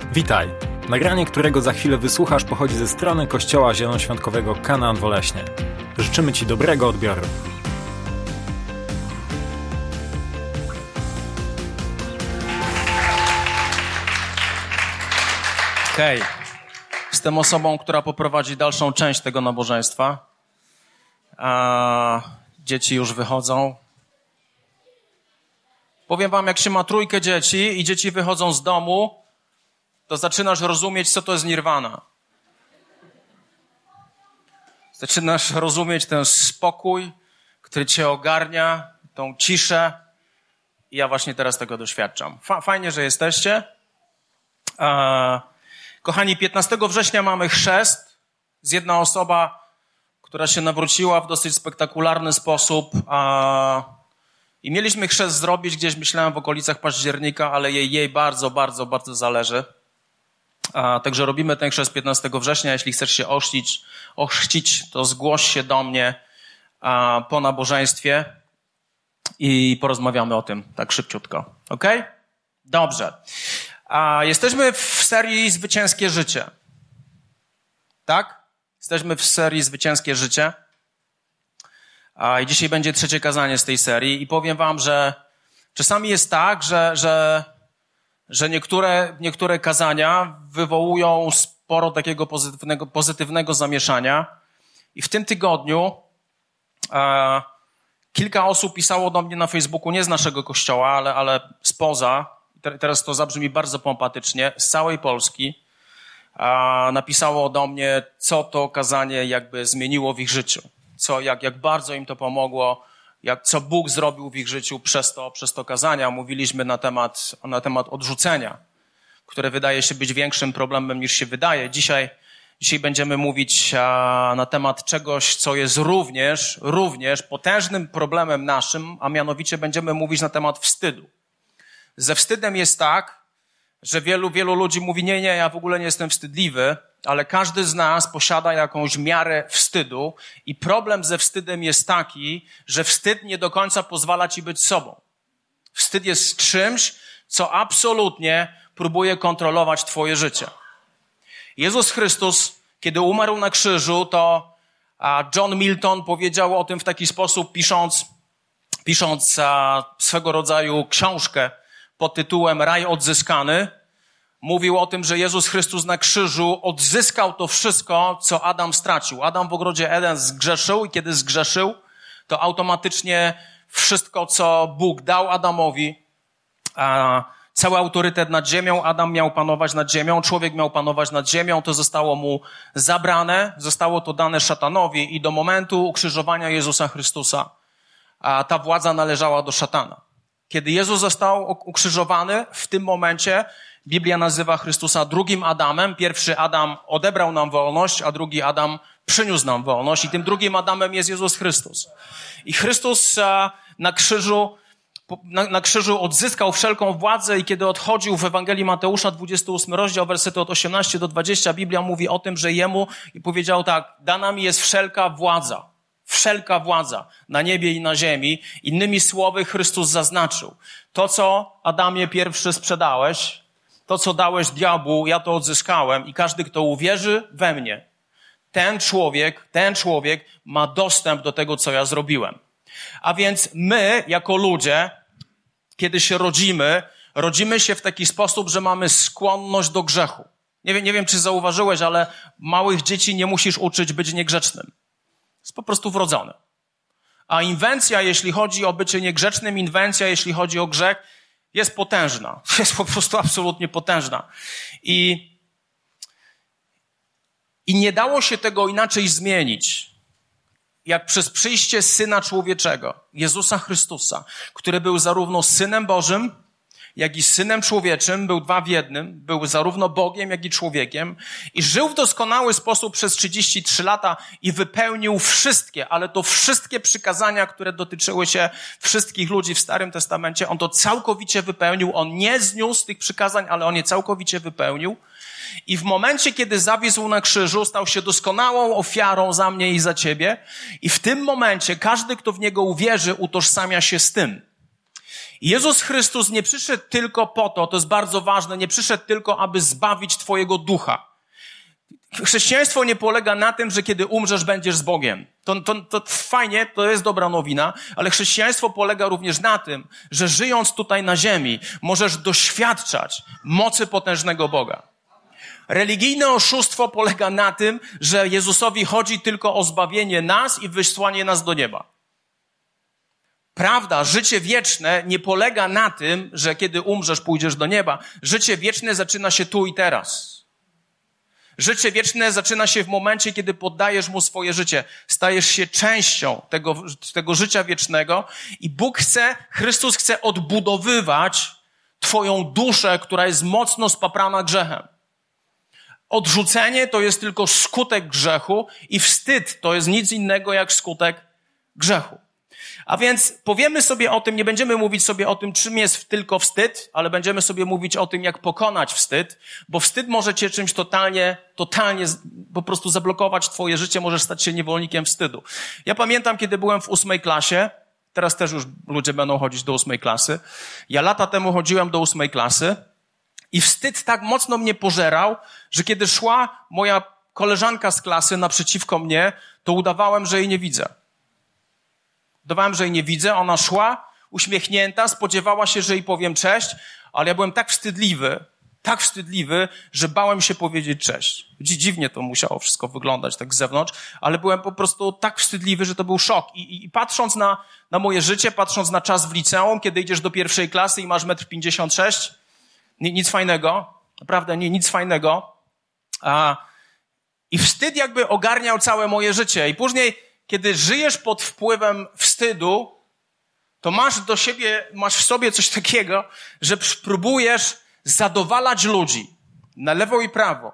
Witaj! Nagranie, którego za chwilę wysłuchasz, pochodzi ze strony Kościoła Zielonoświątkowego Kanaan Woleśnie. Życzymy Ci dobrego odbioru. Okej. Jestem osobą, która poprowadzi dalszą część tego nabożeństwa. Dzieci już wychodzą. Powiem wam, jak się ma trójkę dzieci i dzieci wychodzą z domu, to zaczynasz rozumieć, co to jest nirwana. Zaczynasz rozumieć ten spokój, który cię ogarnia, tą ciszę. I ja właśnie teraz tego doświadczam. Fajnie, że jesteście. Kochani, 15 września mamy chrzest. Jest jedna osoba, która się nawróciła w dosyć spektakularny sposób. I mieliśmy chrzest zrobić gdzieś, myślałem, w okolicach października, ale jej bardzo, bardzo, bardzo zależy. Także robimy ten chrzest 15 września. Jeśli chcesz się ochrzcić, to zgłoś się do mnie po nabożeństwie i porozmawiamy o tym tak szybciutko. Okej? Dobrze. Jesteśmy w serii Zwycięskie Życie. Tak? Jesteśmy w serii Zwycięskie Życie. I dzisiaj będzie trzecie kazanie z tej serii. I powiem wam, że czasami jest tak, że niektóre kazania wywołują sporo takiego pozytywnego zamieszania. I w tym tygodniu kilka osób pisało do mnie na Facebooku, nie z naszego kościoła, ale spoza. Teraz to zabrzmi bardzo pompatycznie, z całej Polski. Napisało do mnie, co to kazanie jakby zmieniło w ich życiu. Jak bardzo im to pomogło, co Bóg zrobił w ich życiu przez to kazania. Mówiliśmy na temat odrzucenia, które wydaje się być większym problemem niż się wydaje. Dzisiaj będziemy mówić na temat czegoś, co jest również potężnym problemem naszym, a mianowicie będziemy mówić na temat wstydu. Ze wstydem jest tak, że wielu ludzi mówi, nie, ja w ogóle nie jestem wstydliwy, ale każdy z nas posiada jakąś miarę wstydu i problem ze wstydem jest taki, że wstyd nie do końca pozwala ci być sobą. Wstyd jest czymś, co absolutnie próbuje kontrolować twoje życie. Jezus Chrystus, kiedy umarł na krzyżu, to John Milton powiedział o tym w taki sposób, pisząc swego rodzaju książkę pod tytułem Raj odzyskany. Mówił o tym, że Jezus Chrystus na krzyżu odzyskał to wszystko, co Adam stracił. Adam w ogrodzie Eden zgrzeszył i kiedy zgrzeszył, to automatycznie wszystko, co Bóg dał Adamowi, cały autorytet nad ziemią, Adam miał panować nad ziemią, człowiek miał panować nad ziemią, to zostało mu zabrane, zostało to dane szatanowi i do momentu ukrzyżowania Jezusa Chrystusa ta władza należała do szatana. Kiedy Jezus został ukrzyżowany, w tym momencie Biblia nazywa Chrystusa drugim Adamem. Pierwszy Adam odebrał nam wolność, a drugi Adam przyniósł nam wolność. I tym drugim Adamem jest Jezus Chrystus. I Chrystus na krzyżu odzyskał wszelką władzę i kiedy odchodził w Ewangelii Mateusza, 28 rozdział, wersety od 18 do 20, Biblia mówi o tym, że jemu i powiedział tak, dana mi jest wszelka władza na niebie i na ziemi. Innymi słowy Chrystus zaznaczył, to co Adamie pierwszy sprzedałeś, to co dałeś diabłu, ja to odzyskałem i każdy, kto uwierzy we mnie, ten człowiek ma dostęp do tego, co ja zrobiłem. A więc my, jako ludzie, kiedy się rodzimy się w taki sposób, że mamy skłonność do grzechu. Nie wiem, czy zauważyłeś, ale małych dzieci nie musisz uczyć być niegrzecznym. Jest po prostu wrodzone. A inwencja, jeśli chodzi o bycie niegrzecznym, inwencja, jeśli chodzi o grzech, jest potężna. Jest po prostu absolutnie potężna. I nie dało się tego inaczej zmienić, jak przez przyjście Syna Człowieczego, Jezusa Chrystusa, który był zarówno Synem Bożym, jak i Synem Człowieczym, był dwa w jednym, był zarówno Bogiem, jak i człowiekiem i żył w doskonały sposób przez 33 lata i wypełnił wszystkie, ale to wszystkie przykazania, które dotyczyły się wszystkich ludzi w Starym Testamencie, on to całkowicie wypełnił, on nie zniósł tych przykazań, ale on je całkowicie wypełnił i w momencie, kiedy zawisł na krzyżu, stał się doskonałą ofiarą za mnie i za ciebie i w tym momencie każdy, kto w Niego uwierzy, utożsamia się z tym. Jezus Chrystus nie przyszedł tylko po to jest bardzo ważne, nie przyszedł tylko, aby zbawić twojego ducha. Chrześcijaństwo nie polega na tym, że kiedy umrzesz, będziesz z Bogiem. To fajnie, to jest dobra nowina, ale chrześcijaństwo polega również na tym, że żyjąc tutaj na ziemi, możesz doświadczać mocy potężnego Boga. Religijne oszustwo polega na tym, że Jezusowi chodzi tylko o zbawienie nas i wysłanie nas do nieba. Prawda, życie wieczne nie polega na tym, że kiedy umrzesz, pójdziesz do nieba. Życie wieczne zaczyna się tu i teraz. Życie wieczne zaczyna się w momencie, kiedy poddajesz Mu swoje życie. Stajesz się częścią tego życia wiecznego i Chrystus chce odbudowywać twoją duszę, która jest mocno spaprana grzechem. Odrzucenie to jest tylko skutek grzechu i wstyd to jest nic innego jak skutek grzechu. A więc powiemy sobie o tym, nie będziemy mówić sobie o tym, czym jest tylko wstyd, ale będziemy sobie mówić o tym, jak pokonać wstyd, bo wstyd może cię czymś totalnie po prostu zablokować twoje życie, możesz stać się niewolnikiem wstydu. Ja pamiętam, kiedy byłem w 8 klasie, teraz też już ludzie będą chodzić do 8 klasy, ja lata temu chodziłem do 8 klasy i wstyd tak mocno mnie pożerał, że kiedy szła moja koleżanka z klasy naprzeciwko mnie, to udawałem, że jej nie widzę. Udawałem, że jej nie widzę, ona szła, uśmiechnięta, spodziewała się, że jej powiem cześć, ale ja byłem tak wstydliwy, że bałem się powiedzieć cześć. Dziwnie to musiało wszystko wyglądać tak z zewnątrz, ale byłem po prostu tak wstydliwy, że to był szok. I patrząc na moje życie, patrząc na czas w liceum, kiedy idziesz do 1. klasy i masz 1,56 m, nic fajnego, naprawdę nic fajnego. I wstyd jakby ogarniał całe moje życie. I później, kiedy żyjesz pod wpływem wstydu, to masz w sobie coś takiego, że próbujesz zadowalać ludzi na lewo i prawo,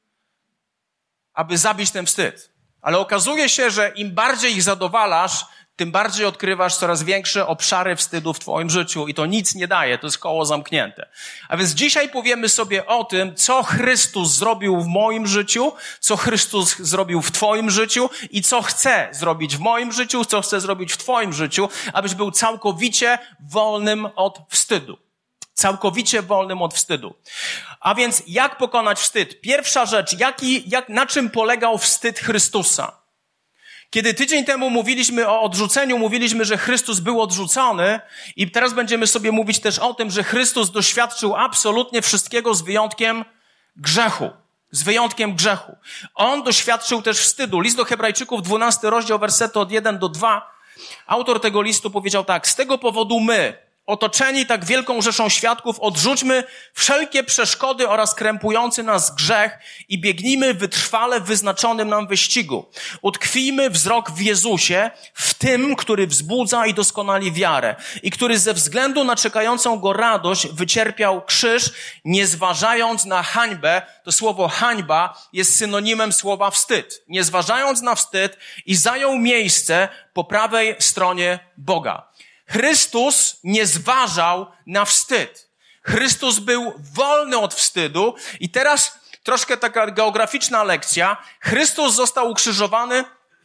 aby zabić ten wstyd. Ale okazuje się, że im bardziej ich zadowalasz, tym bardziej odkrywasz coraz większe obszary wstydu w twoim życiu i to nic nie daje, to jest koło zamknięte. A więc dzisiaj powiemy sobie o tym, co Chrystus zrobił w moim życiu, co Chrystus zrobił w twoim życiu i co chce zrobić w moim życiu, co chce zrobić w twoim życiu, abyś był całkowicie wolnym od wstydu. Całkowicie wolnym od wstydu. A więc jak pokonać wstyd? Pierwsza rzecz, na czym polegał wstyd Chrystusa? Kiedy tydzień temu mówiliśmy o odrzuceniu, mówiliśmy, że Chrystus był odrzucony i teraz będziemy sobie mówić też o tym, że Chrystus doświadczył absolutnie wszystkiego z wyjątkiem grzechu. Z wyjątkiem grzechu. On doświadczył też wstydu. List do Hebrajczyków, 12 rozdział, wersety od 1 do 2. Autor tego listu powiedział tak: z tego powodu my, otoczeni tak wielką rzeszą świadków, odrzućmy wszelkie przeszkody oraz krępujący nas grzech i biegnijmy wytrwale w wyznaczonym nam wyścigu. Utkwijmy wzrok w Jezusie, w tym, który wzbudza i doskonali wiarę i który ze względu na czekającą go radość wycierpiał krzyż, nie zważając na hańbę. To słowo hańba jest synonimem słowa wstyd. Nie zważając na wstyd i zajął miejsce po prawej stronie Boga. Chrystus nie zważał na wstyd. Chrystus był wolny od wstydu i teraz troszkę taka geograficzna lekcja. Chrystus został ukrzyżowany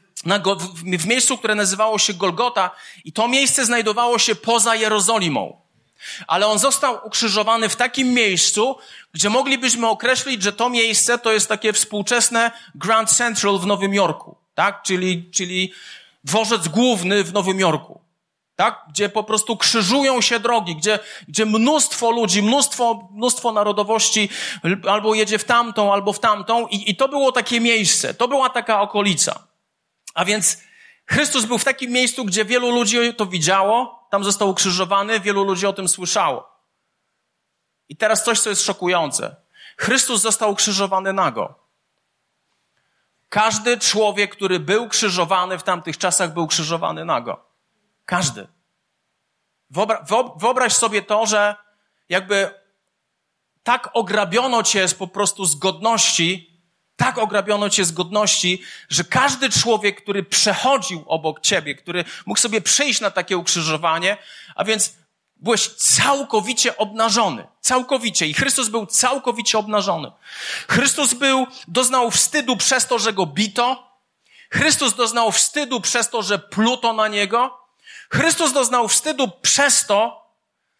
w miejscu, które nazywało się Golgota i to miejsce znajdowało się poza Jerozolimą. Ale on został ukrzyżowany w takim miejscu, gdzie moglibyśmy określić, że to miejsce to jest takie współczesne Grand Central w Nowym Jorku, tak? Czyli dworzec główny w Nowym Jorku. Tak? Gdzie po prostu krzyżują się drogi, gdzie mnóstwo ludzi, mnóstwo narodowości albo jedzie w tamtą, albo w tamtą i to było takie miejsce, to była taka okolica. A więc Chrystus był w takim miejscu, gdzie wielu ludzi to widziało, tam został ukrzyżowany, wielu ludzi o tym słyszało. I teraz coś, co jest szokujące. Chrystus został ukrzyżowany nago. Każdy człowiek, który był krzyżowany w tamtych czasach, był krzyżowany nago. Każdy. Wyobraź sobie to, że jakby tak ograbiono cię po prostu z godności, że każdy człowiek, który przechodził obok ciebie, który mógł sobie przyjść na takie ukrzyżowanie, a więc byłeś całkowicie obnażony. Całkowicie. I Chrystus był całkowicie obnażony. Chrystus doznał wstydu przez to, że go bito. Chrystus doznał wstydu przez to, że pluto na niego. Chrystus doznał wstydu przez to,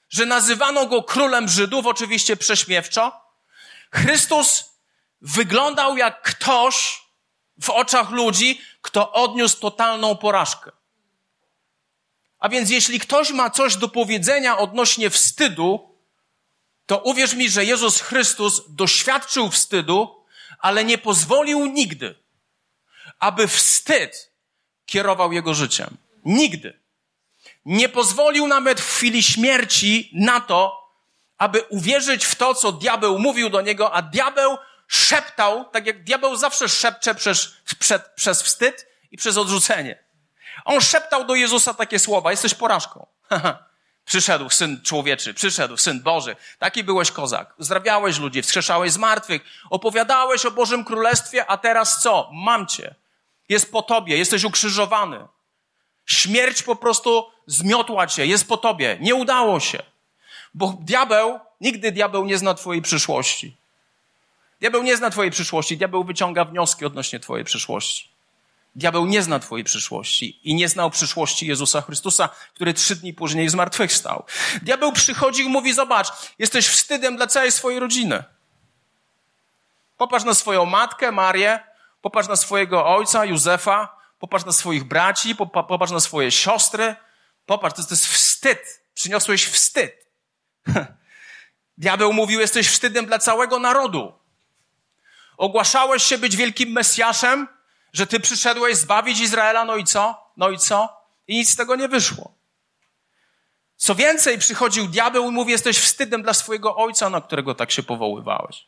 że nazywano go królem Żydów, oczywiście prześmiewczo. Chrystus wyglądał jak ktoś w oczach ludzi, kto odniósł totalną porażkę. A więc jeśli ktoś ma coś do powiedzenia odnośnie wstydu, to uwierz mi, że Jezus Chrystus doświadczył wstydu, ale nie pozwolił nigdy, aby wstyd kierował jego życiem. Nigdy. Nie pozwolił nawet w chwili śmierci na to, aby uwierzyć w to, co diabeł mówił do niego, a diabeł szeptał, tak jak diabeł zawsze szepcze przez wstyd i przez odrzucenie. On szeptał do Jezusa takie słowa: jesteś porażką. Przyszedł Syn Człowieczy, przyszedł Syn Boży. Taki byłeś kozak. Uzdrawiałeś ludzi, wskrzeszałeś z martwych, opowiadałeś o Bożym Królestwie, a teraz co? Mam cię. Jest po tobie, jesteś ukrzyżowany. Śmierć po prostu zmiotła cię, jest po tobie. Nie udało się. Bo nigdy diabeł nie zna twojej przyszłości. Diabeł nie zna twojej przyszłości, diabeł wyciąga wnioski odnośnie twojej przyszłości. Diabeł nie zna twojej przyszłości i nie znał przyszłości Jezusa Chrystusa, który 3 dni później zmartwychwstał. Diabeł przychodzi i mówi: zobacz, jesteś wstydem dla całej swojej rodziny. Popatrz na swoją matkę, Marię, popatrz na swojego ojca, Józefa, popatrz na swoich braci, popatrz na swoje siostry. Popatrz, to jest wstyd. Przyniosłeś wstyd. Diabeł mówił: jesteś wstydem dla całego narodu. Ogłaszałeś się być wielkim Mesjaszem, że ty przyszedłeś zbawić Izraela, no i co? No i co? I nic z tego nie wyszło. Co więcej, przychodził diabeł i mówi: jesteś wstydem dla swojego ojca, na którego tak się powoływałeś.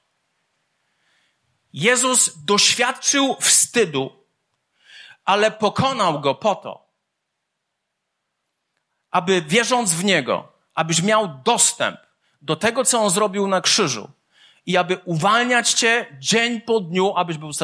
Jezus doświadczył wstydu, ale pokonał go po to, aby wierząc w Niego, abyś miał dostęp do tego, co On zrobił na krzyżu i aby uwalniać cię dzień po dniu, abyś był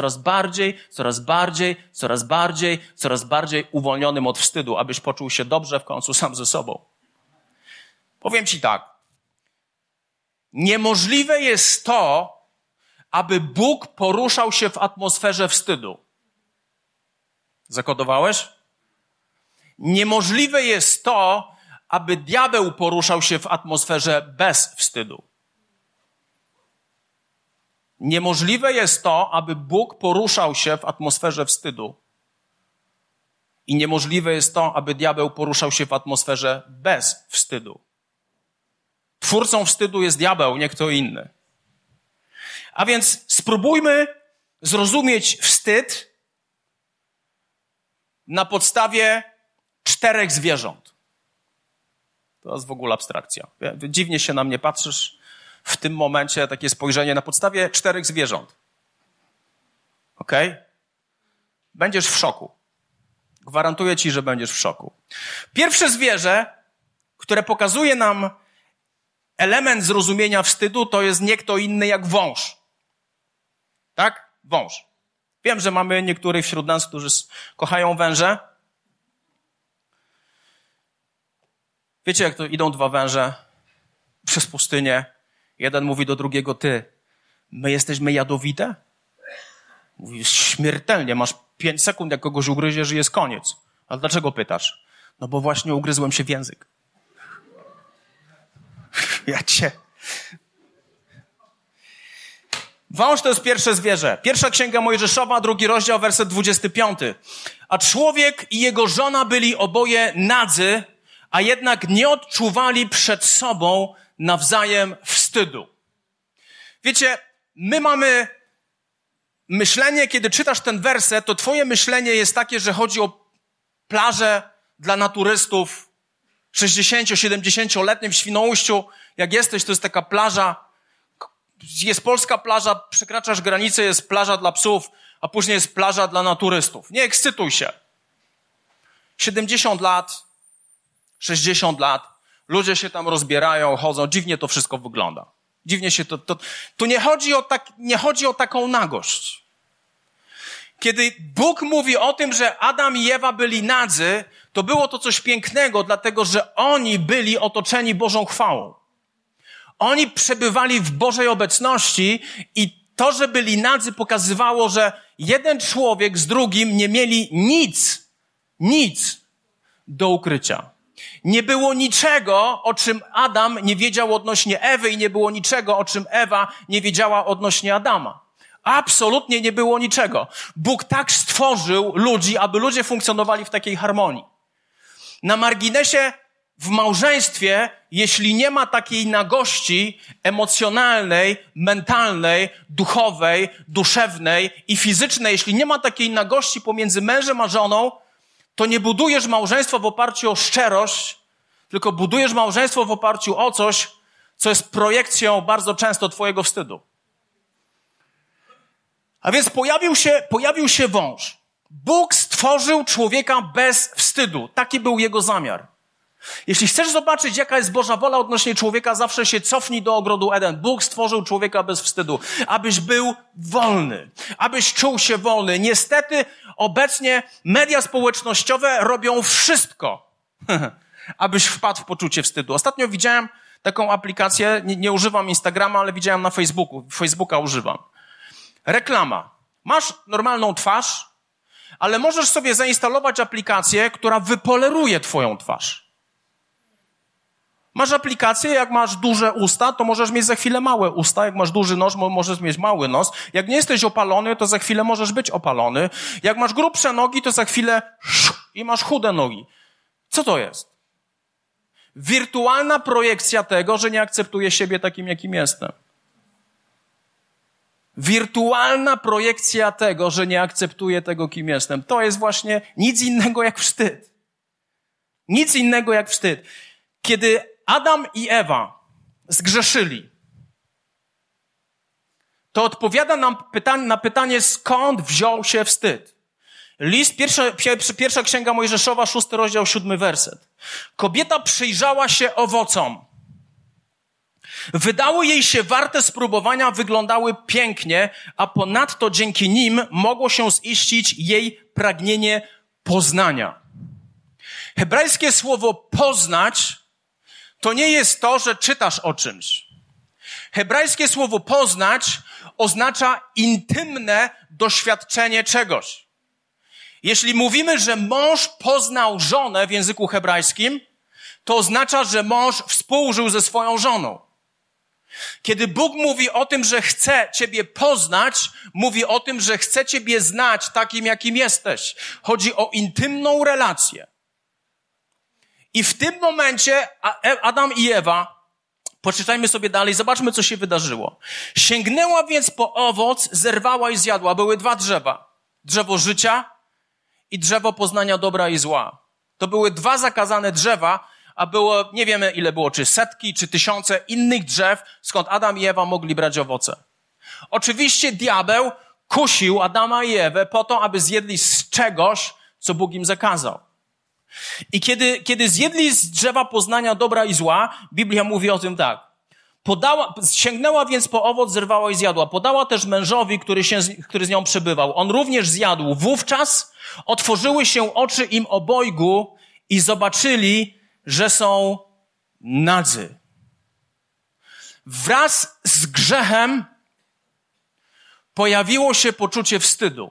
coraz bardziej uwolnionym od wstydu, abyś poczuł się dobrze w końcu sam ze sobą. Powiem ci tak. Niemożliwe jest to, aby Bóg poruszał się w atmosferze wstydu. Zakodowałeś? Niemożliwe jest to, aby diabeł poruszał się w atmosferze bez wstydu. Niemożliwe jest to, aby Bóg poruszał się w atmosferze wstydu. I niemożliwe jest to, aby diabeł poruszał się w atmosferze bez wstydu. Twórcą wstydu jest diabeł, nie kto inny. A więc spróbujmy zrozumieć wstyd na podstawie 4 zwierząt. To jest w ogóle abstrakcja. Dziwnie się na mnie patrzysz w tym momencie, takie spojrzenie na podstawie 4 zwierząt. Okej? Będziesz w szoku. Gwarantuję ci, że będziesz w szoku. Pierwsze zwierzę, które pokazuje nam element zrozumienia wstydu, to jest nie kto inny jak wąż. Tak? Wąż. Wiem, że mamy niektórych wśród nas, którzy kochają węże. Wiecie, jak to idą 2 węże przez pustynię. Jeden mówi do drugiego: ty, my jesteśmy jadowite? Mówi: śmiertelnie, masz 5 sekund, jak kogoś ugryziesz i jest koniec. Ale dlaczego pytasz? No bo właśnie ugryzłem się w język. Ja cię... Wąż to jest pierwsze zwierzę. 1 Księga Mojżeszowa, 2 rozdział, werset 25. A człowiek i jego żona byli oboje nadzy, a jednak nie odczuwali przed sobą nawzajem wstydu. Wiecie, my mamy myślenie, kiedy czytasz ten werset, to twoje myślenie jest takie, że chodzi o plażę dla naturystów 60-70-letnim w Świnoujściu. Jak jesteś, to jest taka plaża, jest polska plaża, przekraczasz granicę, jest plaża dla psów, a później jest plaża dla naturystów. Nie ekscytuj się. 70 lat, 60 lat, ludzie się tam rozbierają, chodzą, dziwnie to wszystko wygląda. Dziwnie się tu nie chodzi o taką nagość. Kiedy Bóg mówi o tym, że Adam i Ewa byli nadzy, to było to coś pięknego, dlatego że oni byli otoczeni Bożą chwałą. Oni przebywali w Bożej obecności i to, że byli nadzy, pokazywało, że jeden człowiek z drugim nie mieli nic do ukrycia. Nie było niczego, o czym Adam nie wiedział odnośnie Ewy i nie było niczego, o czym Ewa nie wiedziała odnośnie Adama. Absolutnie nie było niczego. Bóg tak stworzył ludzi, aby ludzie funkcjonowali w takiej harmonii. Na marginesie, w małżeństwie, jeśli nie ma takiej nagości emocjonalnej, mentalnej, duchowej, duszewnej i fizycznej, jeśli nie ma takiej nagości pomiędzy mężem a żoną, to nie budujesz małżeństwa w oparciu o szczerość, tylko budujesz małżeństwo w oparciu o coś, co jest projekcją bardzo często twojego wstydu. A więc pojawił się wąż. Bóg stworzył człowieka bez wstydu. Taki był jego zamiar. Jeśli chcesz zobaczyć, jaka jest Boża wola odnośnie człowieka, zawsze się cofnij do ogrodu Eden. Bóg stworzył człowieka bez wstydu, abyś był wolny, abyś czuł się wolny. Niestety obecnie media społecznościowe robią wszystko, abyś wpadł w poczucie wstydu. Ostatnio widziałem taką aplikację, nie używam Instagrama, ale widziałem na Facebooku. Facebooka używam. Reklama. Masz normalną twarz, ale możesz sobie zainstalować aplikację, która wypoleruje twoją twarz. Masz aplikację, jak masz duże usta, to możesz mieć za chwilę małe usta. Jak masz duży nos, możesz mieć mały nos. Jak nie jesteś opalony, to za chwilę możesz być opalony. Jak masz grubsze nogi, to za chwilę i masz chude nogi. Co to jest? Wirtualna projekcja tego, że nie akceptuję siebie takim, jakim jestem. Wirtualna projekcja tego, że nie akceptuję tego, kim jestem. To jest właśnie nic innego jak wstyd. Nic innego jak wstyd. Kiedy Adam i Ewa zgrzeszyli, to odpowiada nam na pytanie, skąd wziął się wstyd. Pierwsza księga Mojżeszowa, 6 rozdział, 7 werset. Kobieta przyjrzała się owocom. Wydały jej się warte spróbowania, wyglądały pięknie, a ponadto dzięki nim mogło się ziścić jej pragnienie poznania. Hebrajskie słowo poznać to nie jest to, że czytasz o czymś. Hebrajskie słowo poznać oznacza intymne doświadczenie czegoś. Jeśli mówimy, że mąż poznał żonę w języku hebrajskim, to oznacza, że mąż współżył ze swoją żoną. Kiedy Bóg mówi o tym, że chce ciebie poznać, mówi o tym, że chce ciebie znać takim, jakim jesteś. Chodzi o intymną relację. I w tym momencie Adam i Ewa, poczytajmy sobie dalej, zobaczmy, co się wydarzyło. Sięgnęła więc po owoc, zerwała i zjadła. Były 2 drzewa. Drzewo życia i drzewo poznania dobra i zła. To były 2 zakazane drzewa, a było, nie wiemy ile było, czy setki, czy tysiące innych drzew, skąd Adam i Ewa mogli brać owoce. Oczywiście diabeł kusił Adama i Ewę po to, aby zjedli z czegoś, co Bóg im zakazał. I kiedy zjedli z drzewa poznania dobra i zła, Biblia mówi o tym tak. Sięgnęła więc po owoc, zerwała i zjadła. Podała też mężowi, który z nią przebywał. On również zjadł. Wówczas otworzyły się oczy im obojgu i zobaczyli, że są nadzy. Wraz z grzechem pojawiło się poczucie wstydu.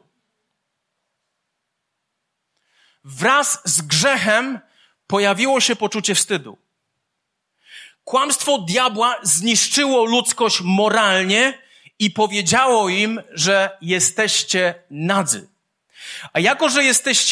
Wraz z grzechem pojawiło się poczucie wstydu. Kłamstwo diabła zniszczyło ludzkość moralnie i powiedziało im, że jesteście nadzy. A jako, że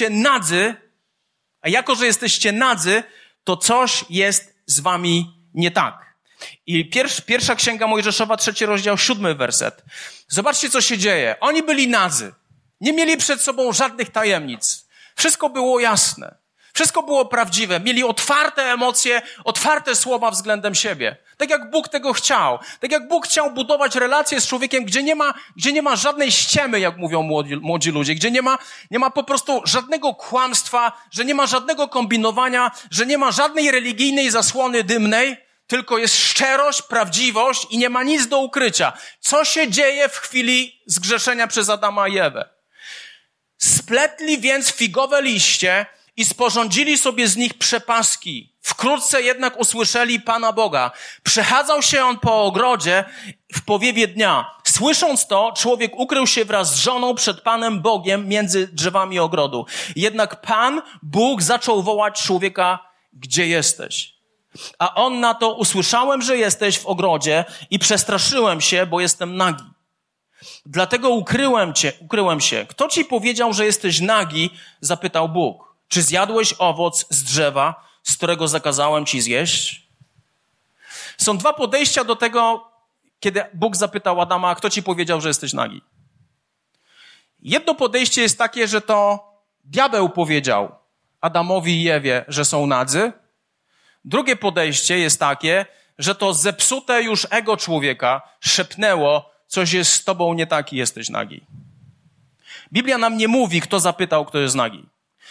jesteście nadzy, to coś jest z wami nie tak. I pierwsza księga Mojżeszowa, 3 rozdział, 7 werset. Zobaczcie, co się dzieje. Oni byli nadzy. Nie mieli przed sobą żadnych tajemnic. Wszystko było jasne. Wszystko było prawdziwe. Mieli otwarte emocje, otwarte słowa względem siebie. Tak jak Bóg tego chciał. Tak jak Bóg chciał budować relacje z człowiekiem, gdzie nie ma żadnej ściemy, jak mówią młodzi ludzie, gdzie nie ma po prostu żadnego kłamstwa, że nie ma żadnego kombinowania, że nie ma żadnej religijnej zasłony dymnej, tylko jest szczerość, prawdziwość i nie ma nic do ukrycia. Co się dzieje w chwili zgrzeszenia przez Adama i Ewę? Spletli więc figowe liście i sporządzili sobie z nich przepaski. Wkrótce jednak usłyszeli Pana Boga. Przechadzał się on po ogrodzie w powiewie dnia. Słysząc to, człowiek ukrył się wraz z żoną przed Panem Bogiem między drzewami ogrodu. Jednak Pan Bóg zaczął wołać człowieka gdzie jesteś. A on na to: usłyszałem, że jesteś w ogrodzie i przestraszyłem się, bo jestem nagi. Dlatego ukryłem się. Kto ci powiedział, że jesteś nagi? Zapytał Bóg. Czy zjadłeś owoc z drzewa, z którego zakazałem ci zjeść? Są dwa podejścia do tego, kiedy Bóg zapytał Adama: kto ci powiedział, że jesteś nagi? Jedno podejście jest takie, że to diabeł powiedział Adamowi i Ewie, że są nadzy. Drugie podejście jest takie, że to zepsute już ego człowieka szepnęło: coś jest z tobą nie tak i jesteś nagi. Biblia nam nie mówi, kto zapytał, kto jest nagi.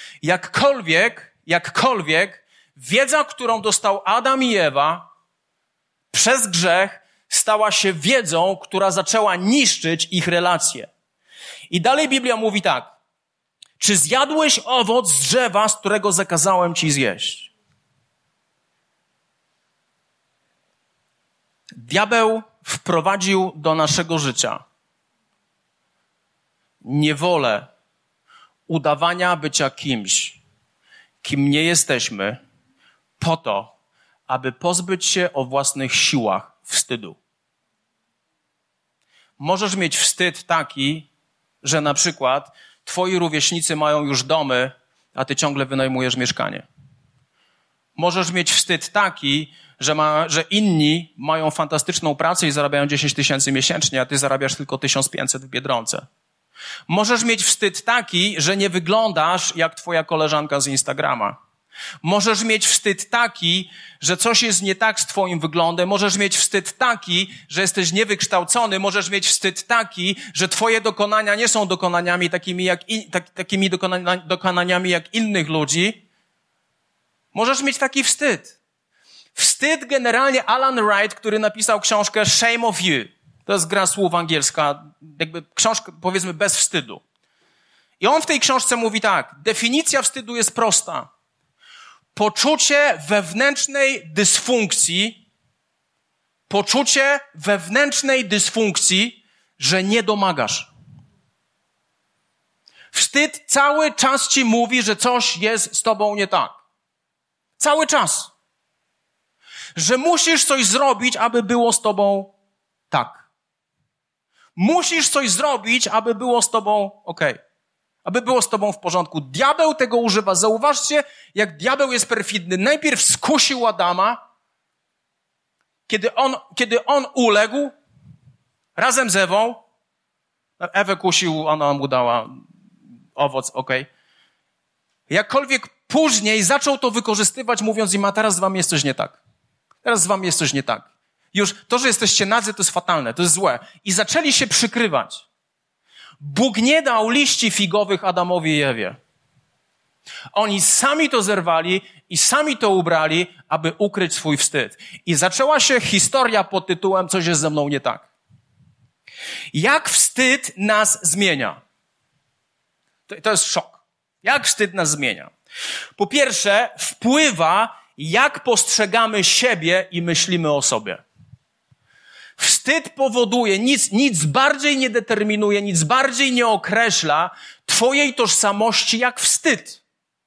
Jakkolwiek wiedza, którą dostał Adam i Ewa przez grzech, stała się wiedzą, która zaczęła niszczyć ich relacje. I dalej Biblia mówi tak: czy zjadłeś owoc z drzewa, z którego zakazałem ci zjeść? Diabeł wprowadził do naszego życia niewolę udawania bycia kimś, kim nie jesteśmy, po to, aby pozbyć się o własnych siłach wstydu. Możesz mieć wstyd taki, że na przykład twoi rówieśnicy mają już domy, a ty ciągle wynajmujesz mieszkanie. Możesz mieć wstyd taki, że inni mają fantastyczną pracę i zarabiają 10 000 miesięcznie, a ty zarabiasz tylko 1500 w Biedronce. Możesz mieć wstyd taki, że nie wyglądasz jak twoja koleżanka z Instagrama. Możesz mieć wstyd taki, że coś jest nie tak z twoim wyglądem. Możesz mieć wstyd taki, że jesteś niewykształcony. Możesz mieć wstyd taki, że twoje dokonania nie są dokonaniami takimi dokonaniami jak innych ludzi. Możesz mieć taki wstyd. Wstyd generalnie Alan Wright, który napisał książkę Shame of You. To jest gra słów angielska, jakby książka, powiedzmy, bez wstydu. I on w tej książce mówi tak: definicja wstydu jest prosta. Poczucie wewnętrznej dysfunkcji, że nie domagasz. Wstyd cały czas ci mówi, że coś jest z tobą nie tak. Cały czas. Że musisz coś zrobić, aby było z tobą tak. Musisz coś zrobić, aby było z tobą okej. Aby było z tobą w porządku. Diabeł tego używa. Zauważcie, jak diabeł jest perfidny. Najpierw skusił Adama, kiedy on uległ razem z Ewą. Ewę kusił, ona mu dała owoc, okej. Jakkolwiek później zaczął to wykorzystywać, mówiąc im: a teraz z wami jest coś nie tak. Teraz z wami jest coś nie tak. Już to, że jesteście nadzy, to jest fatalne, to jest złe. I zaczęli się przykrywać. Bóg nie dał liści figowych Adamowi i Ewie. Oni sami to zerwali i sami to ubrali, aby ukryć swój wstyd. I zaczęła się historia pod tytułem: coś jest ze mną nie tak. Jak wstyd nas zmienia? To jest szok. Jak wstyd nas zmienia? Po pierwsze, wpływa, jak postrzegamy siebie i myślimy o sobie. Wstyd powoduje, nic bardziej nie determinuje, nic bardziej nie określa twojej tożsamości jak wstyd.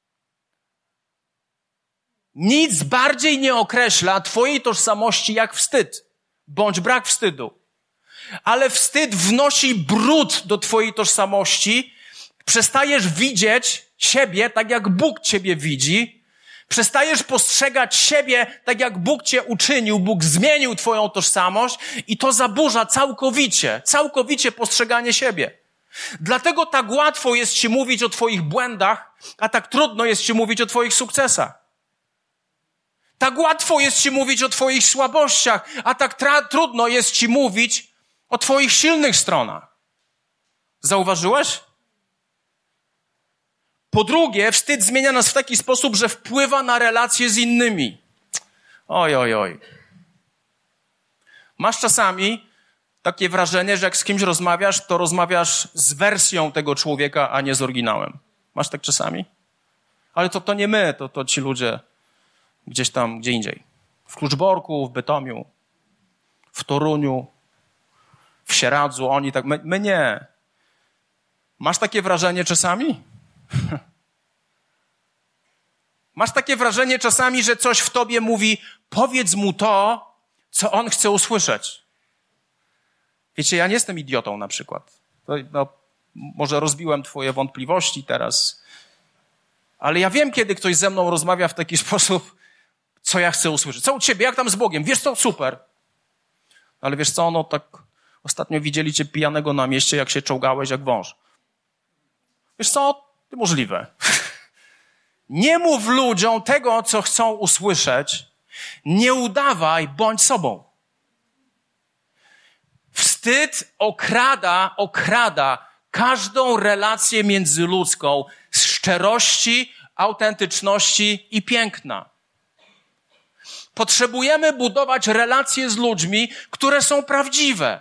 Nic bardziej nie określa twojej tożsamości jak wstyd, bądź brak wstydu. Ale wstyd wnosi brud do twojej tożsamości, przestajesz widzieć siebie tak, jak Bóg ciebie widzi, przestajesz postrzegać siebie tak, jak Bóg cię uczynił, Bóg zmienił twoją tożsamość i to zaburza całkowicie postrzeganie siebie. Dlatego tak łatwo jest ci mówić o twoich błędach, a tak trudno jest ci mówić o twoich sukcesach. Tak łatwo jest ci mówić o twoich słabościach, a tak trudno jest ci mówić o twoich silnych stronach. Zauważyłeś? Po drugie, wstyd zmienia nas w taki sposób, że wpływa na relacje z innymi. Oj. Masz czasami takie wrażenie, że jak z kimś rozmawiasz, to rozmawiasz z wersją tego człowieka, a nie z oryginałem. Masz tak czasami? Ale to nie my, to ci ludzie gdzieś tam, gdzie indziej. W Kluczborku, w Bytomiu, w Toruniu, w Sieradzu, oni tak, my nie. Masz takie wrażenie czasami? Masz takie wrażenie czasami, że coś w tobie mówi, powiedz mu to, co on chce usłyszeć. Wiecie, ja nie jestem idiotą na przykład. Może rozbiłem twoje wątpliwości teraz, ale ja wiem, kiedy ktoś ze mną rozmawia w taki sposób, co ja chcę usłyszeć. Co u ciebie? Jak tam z Bogiem? Wiesz co? Super. Ale wiesz co? Tak ostatnio widzieli cię pijanego na mieście, jak się czołgałeś jak wąż. Wiesz co? Możliwe. Nie mów ludziom tego, co chcą usłyszeć. Nie udawaj, bądź sobą. Wstyd okrada każdą relację międzyludzką z szczerości, autentyczności i piękna. Potrzebujemy budować relacje z ludźmi, które są prawdziwe.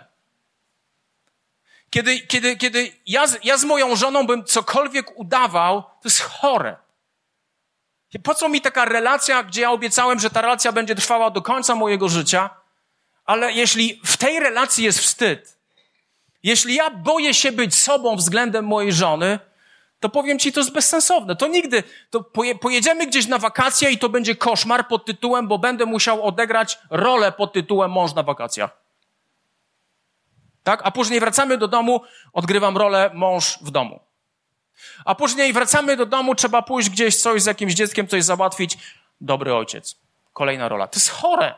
Kiedy ja z moją żoną bym cokolwiek udawał, to jest chore. Po co mi taka relacja, gdzie ja obiecałem, że ta relacja będzie trwała do końca mojego życia, ale jeśli w tej relacji jest wstyd, jeśli ja boję się być sobą względem mojej żony, to powiem ci, to jest bezsensowne. To nigdy, pojedziemy gdzieś na wakacje i to będzie koszmar pod tytułem, bo będę musiał odegrać rolę pod tytułem mąż na wakacjach. Tak? A później wracamy do domu, odgrywam rolę mąż w domu. A później wracamy do domu, trzeba pójść gdzieś coś z jakimś dzieckiem, coś załatwić. Dobry ojciec. Kolejna rola. To jest chore.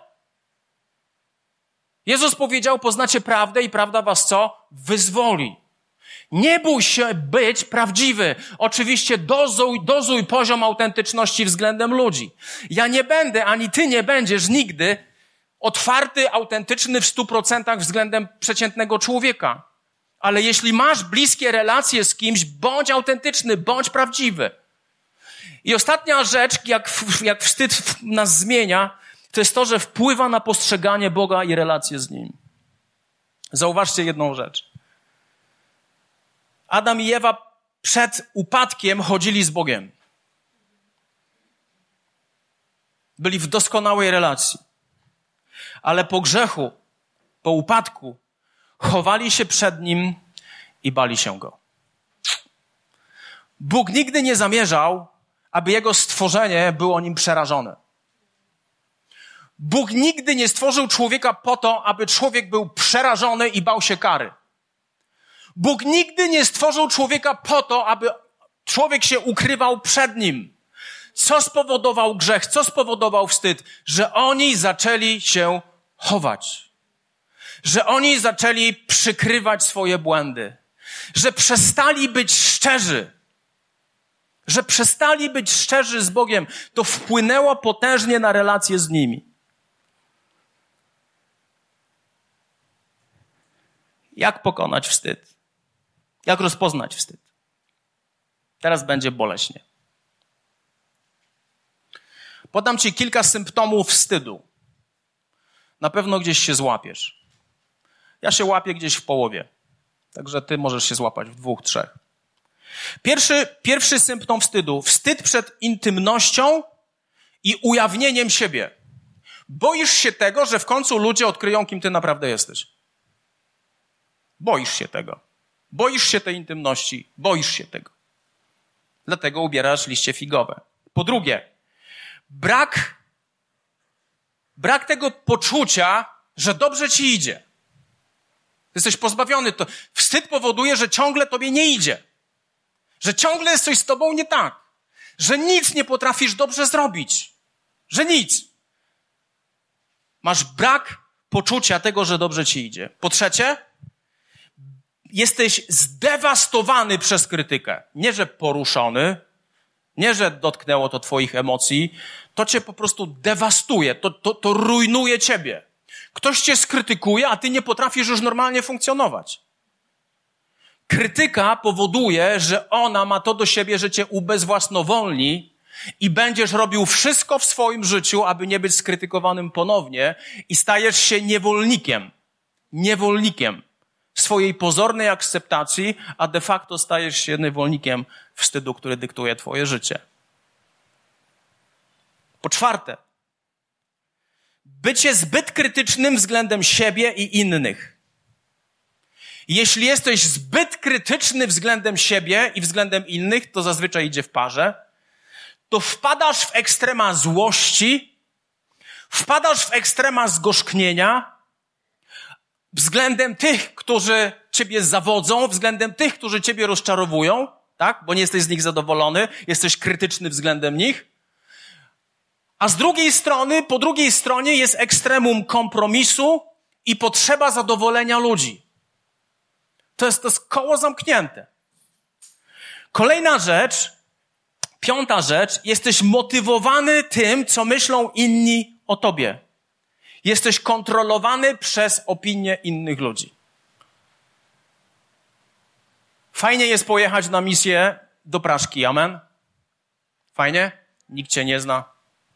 Jezus powiedział, poznacie prawdę i prawda was co? Wyzwoli. Nie bój się być prawdziwy. Oczywiście dozuj poziom autentyczności względem ludzi. Ja nie będę, ani ty nie będziesz nigdy otwarty, autentyczny w 100% względem przeciętnego człowieka. Ale jeśli masz bliskie relacje z kimś, bądź autentyczny, bądź prawdziwy. I ostatnia rzecz, jak wstyd nas zmienia, to jest to, że wpływa na postrzeganie Boga i relacje z Nim. Zauważcie jedną rzecz. Adam i Ewa przed upadkiem chodzili z Bogiem. Byli w doskonałej relacji. Ale po grzechu, po upadku, chowali się przed Nim i bali się Go. Bóg nigdy nie zamierzał, aby Jego stworzenie było Nim przerażone. Bóg nigdy nie stworzył człowieka po to, aby człowiek był przerażony i bał się kary. Bóg nigdy nie stworzył człowieka po to, aby człowiek się ukrywał przed Nim. Co spowodował grzech? Co spowodował wstyd? Że oni zaczęli się chować. Że oni zaczęli przykrywać swoje błędy. Że przestali być szczerzy. Że przestali być szczerzy z Bogiem. To wpłynęło potężnie na relacje z nimi. Jak pokonać wstyd? Jak rozpoznać wstyd? Teraz będzie boleśnie. Podam ci kilka symptomów wstydu. Na pewno gdzieś się złapiesz. Ja się łapię gdzieś w połowie. Także ty możesz się złapać w 2, 3. Pierwszy symptom wstydu. Wstyd przed intymnością i ujawnieniem siebie. Boisz się tego, że w końcu ludzie odkryją, kim ty naprawdę jesteś. Boisz się tego. Boisz się tej intymności. Boisz się tego. Dlatego ubierasz liście figowe. Po drugie, brak tego poczucia, że dobrze ci idzie. Jesteś pozbawiony. To wstyd powoduje, że ciągle tobie nie idzie. Że ciągle jest coś z tobą nie tak. Że nic nie potrafisz dobrze zrobić. Że nic. Masz brak poczucia tego, że dobrze ci idzie. Po trzecie, jesteś zdewastowany przez krytykę. Nie, że poruszony, nie, że dotknęło to twoich emocji, to cię po prostu dewastuje, to rujnuje ciebie. Ktoś cię skrytykuje, a ty nie potrafisz już normalnie funkcjonować. Krytyka powoduje, że ona ma to do siebie, że cię ubezwłasnowolni i będziesz robił wszystko w swoim życiu, aby nie być skrytykowanym ponownie i stajesz się niewolnikiem swojej pozornej akceptacji, a de facto stajesz się niewolnikiem wstydu, który dyktuje twoje życie. Po czwarte, bycie zbyt krytycznym względem siebie i innych. Jeśli jesteś zbyt krytyczny względem siebie i względem innych, to zazwyczaj idzie w parze, to wpadasz w ekstrema złości, wpadasz w ekstrema zgorzknienia względem tych, którzy ciebie zawodzą, względem tych, którzy ciebie rozczarowują, tak? Bo nie jesteś z nich zadowolony, jesteś krytyczny względem nich. A z drugiej strony, po drugiej stronie jest ekstremum kompromisu i potrzeba zadowolenia ludzi. To jest koło zamknięte. Kolejna rzecz, piąta rzecz, jesteś motywowany tym, co myślą inni o tobie. Jesteś kontrolowany przez opinię innych ludzi. Fajnie jest pojechać na misję do Praszki, amen? Fajnie? Nikt cię nie zna.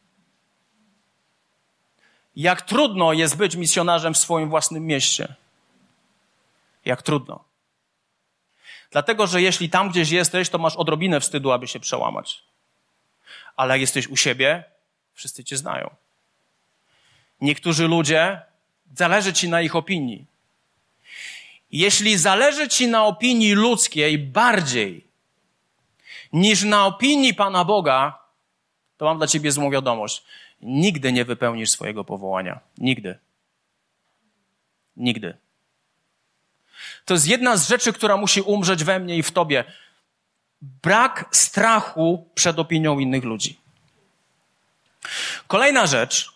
Jak trudno jest być misjonarzem w swoim własnym mieście. Jak trudno. Dlatego, że jeśli tam gdzieś jesteś, to masz odrobinę wstydu, aby się przełamać. Ale jak jesteś u siebie, wszyscy cię znają. Niektórzy ludzie, zależy ci na ich opinii. Jeśli zależy ci na opinii ludzkiej bardziej niż na opinii Pana Boga, to mam dla ciebie złą wiadomość. Nigdy nie wypełnisz swojego powołania. Nigdy. Nigdy. To jest jedna z rzeczy, która musi umrzeć we mnie i w tobie. Brak strachu przed opinią innych ludzi. Kolejna rzecz,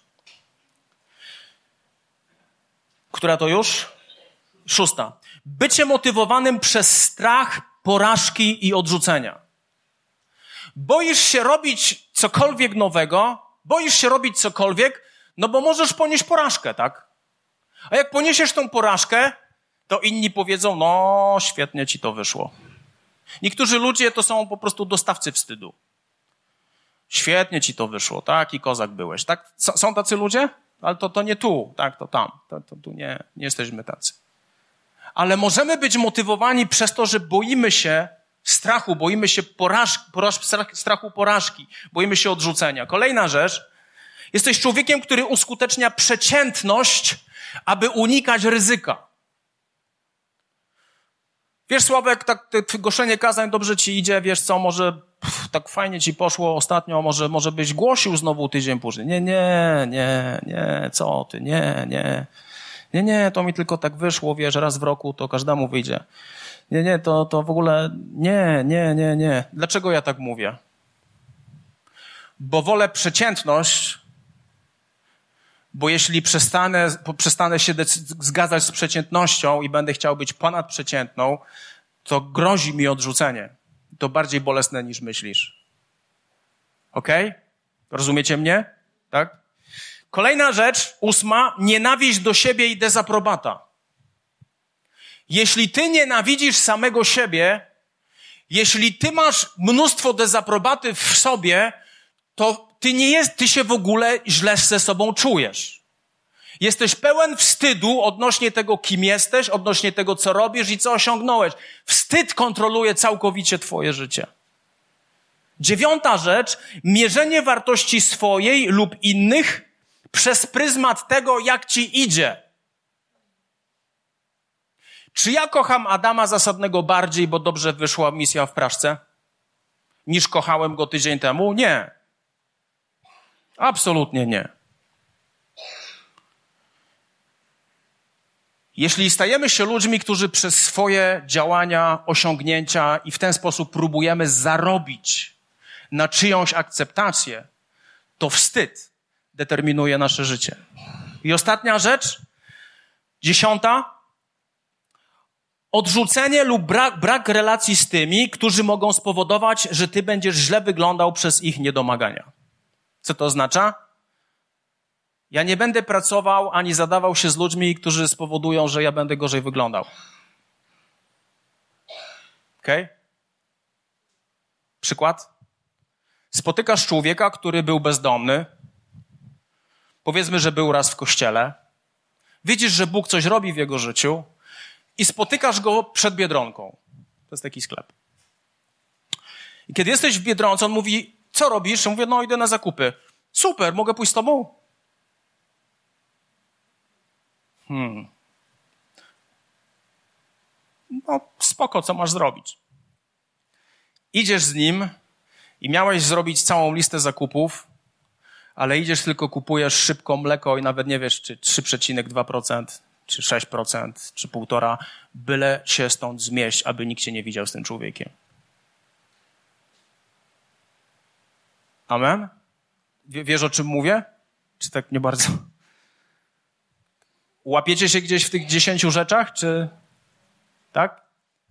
która to już? 6. Bycie motywowanym przez strach, porażki i odrzucenia. Boisz się robić cokolwiek nowego, boisz się robić cokolwiek, no bo możesz ponieść porażkę, tak? A jak poniesiesz tą porażkę, to inni powiedzą, no świetnie ci to wyszło. Niektórzy ludzie to są po prostu dostawcy wstydu. Świetnie ci to wyszło, taki kozak byłeś, tak? Są tacy ludzie? Ale to nie tu, tak? To tam. To tu nie jesteśmy tacy. Ale możemy być motywowani przez to, że boimy się strachu, boimy się strachu porażki, boimy się odrzucenia. Kolejna rzecz. Jesteś człowiekiem, który uskutecznia przeciętność, aby unikać ryzyka. Wiesz, Sławek, tak głoszenie kazań dobrze ci idzie, wiesz co, może tak fajnie ci poszło ostatnio, może byś głosił znowu tydzień później. Nie, co ty, nie, to mi tylko tak wyszło, wiesz, raz w roku to każdemu wyjdzie. Nie, to w ogóle, nie. Dlaczego ja tak mówię? Bo wolę przeciętność, bo jeśli przestanę się zgadzać z przeciętnością i będę chciał być ponadprzeciętną, to grozi mi odrzucenie. To bardziej bolesne niż myślisz. Okej? Rozumiecie mnie? Tak? Kolejna rzecz, 8. Nienawiść do siebie i dezaprobata. Jeśli ty nienawidzisz samego siebie, jeśli ty masz mnóstwo dezaprobaty w sobie, to ty się w ogóle źle ze sobą czujesz. Jesteś pełen wstydu odnośnie tego, kim jesteś, odnośnie tego, co robisz i co osiągnąłeś. Wstyd kontroluje całkowicie twoje życie. 9. rzecz, mierzenie wartości swojej lub innych przez pryzmat tego, jak ci idzie. Czy ja kocham Adama Zasadnego bardziej, bo dobrze wyszła misja w Praszce, niż kochałem go tydzień temu? Nie. Absolutnie nie. Jeśli stajemy się ludźmi, którzy przez swoje działania, osiągnięcia i w ten sposób próbujemy zarobić na czyjąś akceptację, to wstyd determinuje nasze życie. I ostatnia rzecz, 10. Odrzucenie lub brak relacji z tymi, którzy mogą spowodować, że ty będziesz źle wyglądał przez ich niedomagania. Co to oznacza? Ja nie będę pracował ani zadawał się z ludźmi, którzy spowodują, że ja będę gorzej wyglądał. Okej? Przykład. Spotykasz człowieka, który był bezdomny. Powiedzmy, że był raz w kościele. Widzisz, że Bóg coś robi w jego życiu i spotykasz go przed Biedronką. To jest taki sklep. I kiedy jesteś w Biedronce, on mówi, co robisz? Ja mówię, no idę na zakupy. Super, mogę pójść z tobą? No spoko, co masz zrobić? Idziesz z nim i miałeś zrobić całą listę zakupów, ale idziesz tylko kupujesz szybko mleko i nawet nie wiesz, czy 3,2%, czy 6%, czy 1,5%, byle się stąd zmieść, aby nikt cię nie widział z tym człowiekiem. Amen? Wiesz, o czym mówię? Czy tak nie bardzo? Łapiecie się gdzieś w tych 10 rzeczach, czy tak?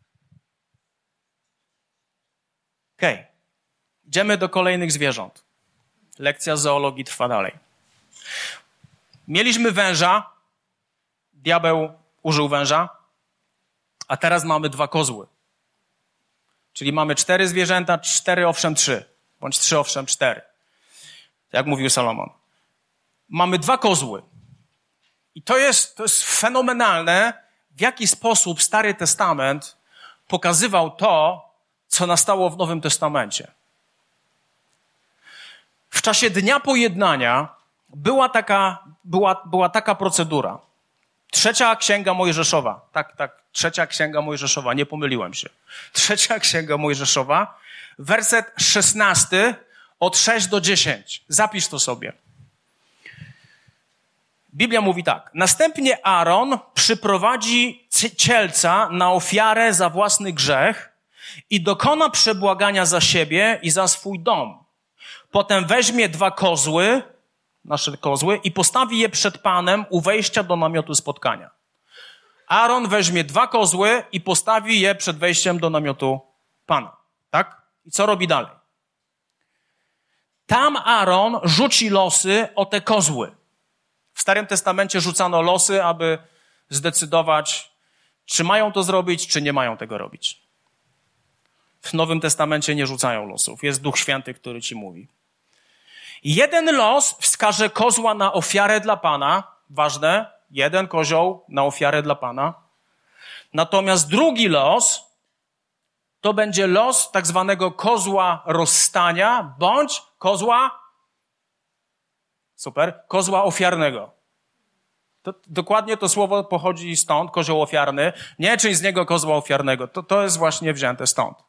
Okej. Idziemy do kolejnych zwierząt. Lekcja zoologii trwa dalej. Mieliśmy węża. Diabeł użył węża. A teraz mamy 2 kozły. Czyli mamy 4 zwierzęta, 4 owszem 3. Bądź 3 owszem 4. Jak mówił Salomon. Mamy 2 kozły. I to jest fenomenalne, w jaki sposób Stary Testament pokazywał to, co nastało w Nowym Testamencie. W czasie Dnia Pojednania była taka procedura. 3. Księga Mojżeszowa. Tak, 3. Księga Mojżeszowa, nie pomyliłem się. 3. Księga Mojżeszowa, werset 16, od 6 do 10. Zapisz to sobie. Biblia mówi tak. Następnie Aaron przyprowadzi cielca na ofiarę za własny grzech i dokona przebłagania za siebie i za swój dom. Potem weźmie 2 kozły, nasze kozły, i postawi je przed Panem u wejścia do namiotu spotkania. Aaron weźmie 2 kozły i postawi je przed wejściem do namiotu Pana. Tak? I co robi dalej? Tam Aaron rzuci losy o te kozły. W Starym Testamencie rzucano losy, aby zdecydować, czy mają to zrobić, czy nie mają tego robić. W Nowym Testamencie nie rzucają losów. Jest Duch Święty, który ci mówi. Jeden los wskaże kozła na ofiarę dla Pana. Ważne, 1 kozioł na ofiarę dla Pana. Natomiast drugi los to będzie los tak zwanego kozła rozstania bądź kozła ofiarnego. Dokładnie to słowo pochodzi stąd, kozioł ofiarny. Nie czyń z niego kozła ofiarnego. To jest właśnie wzięte stąd.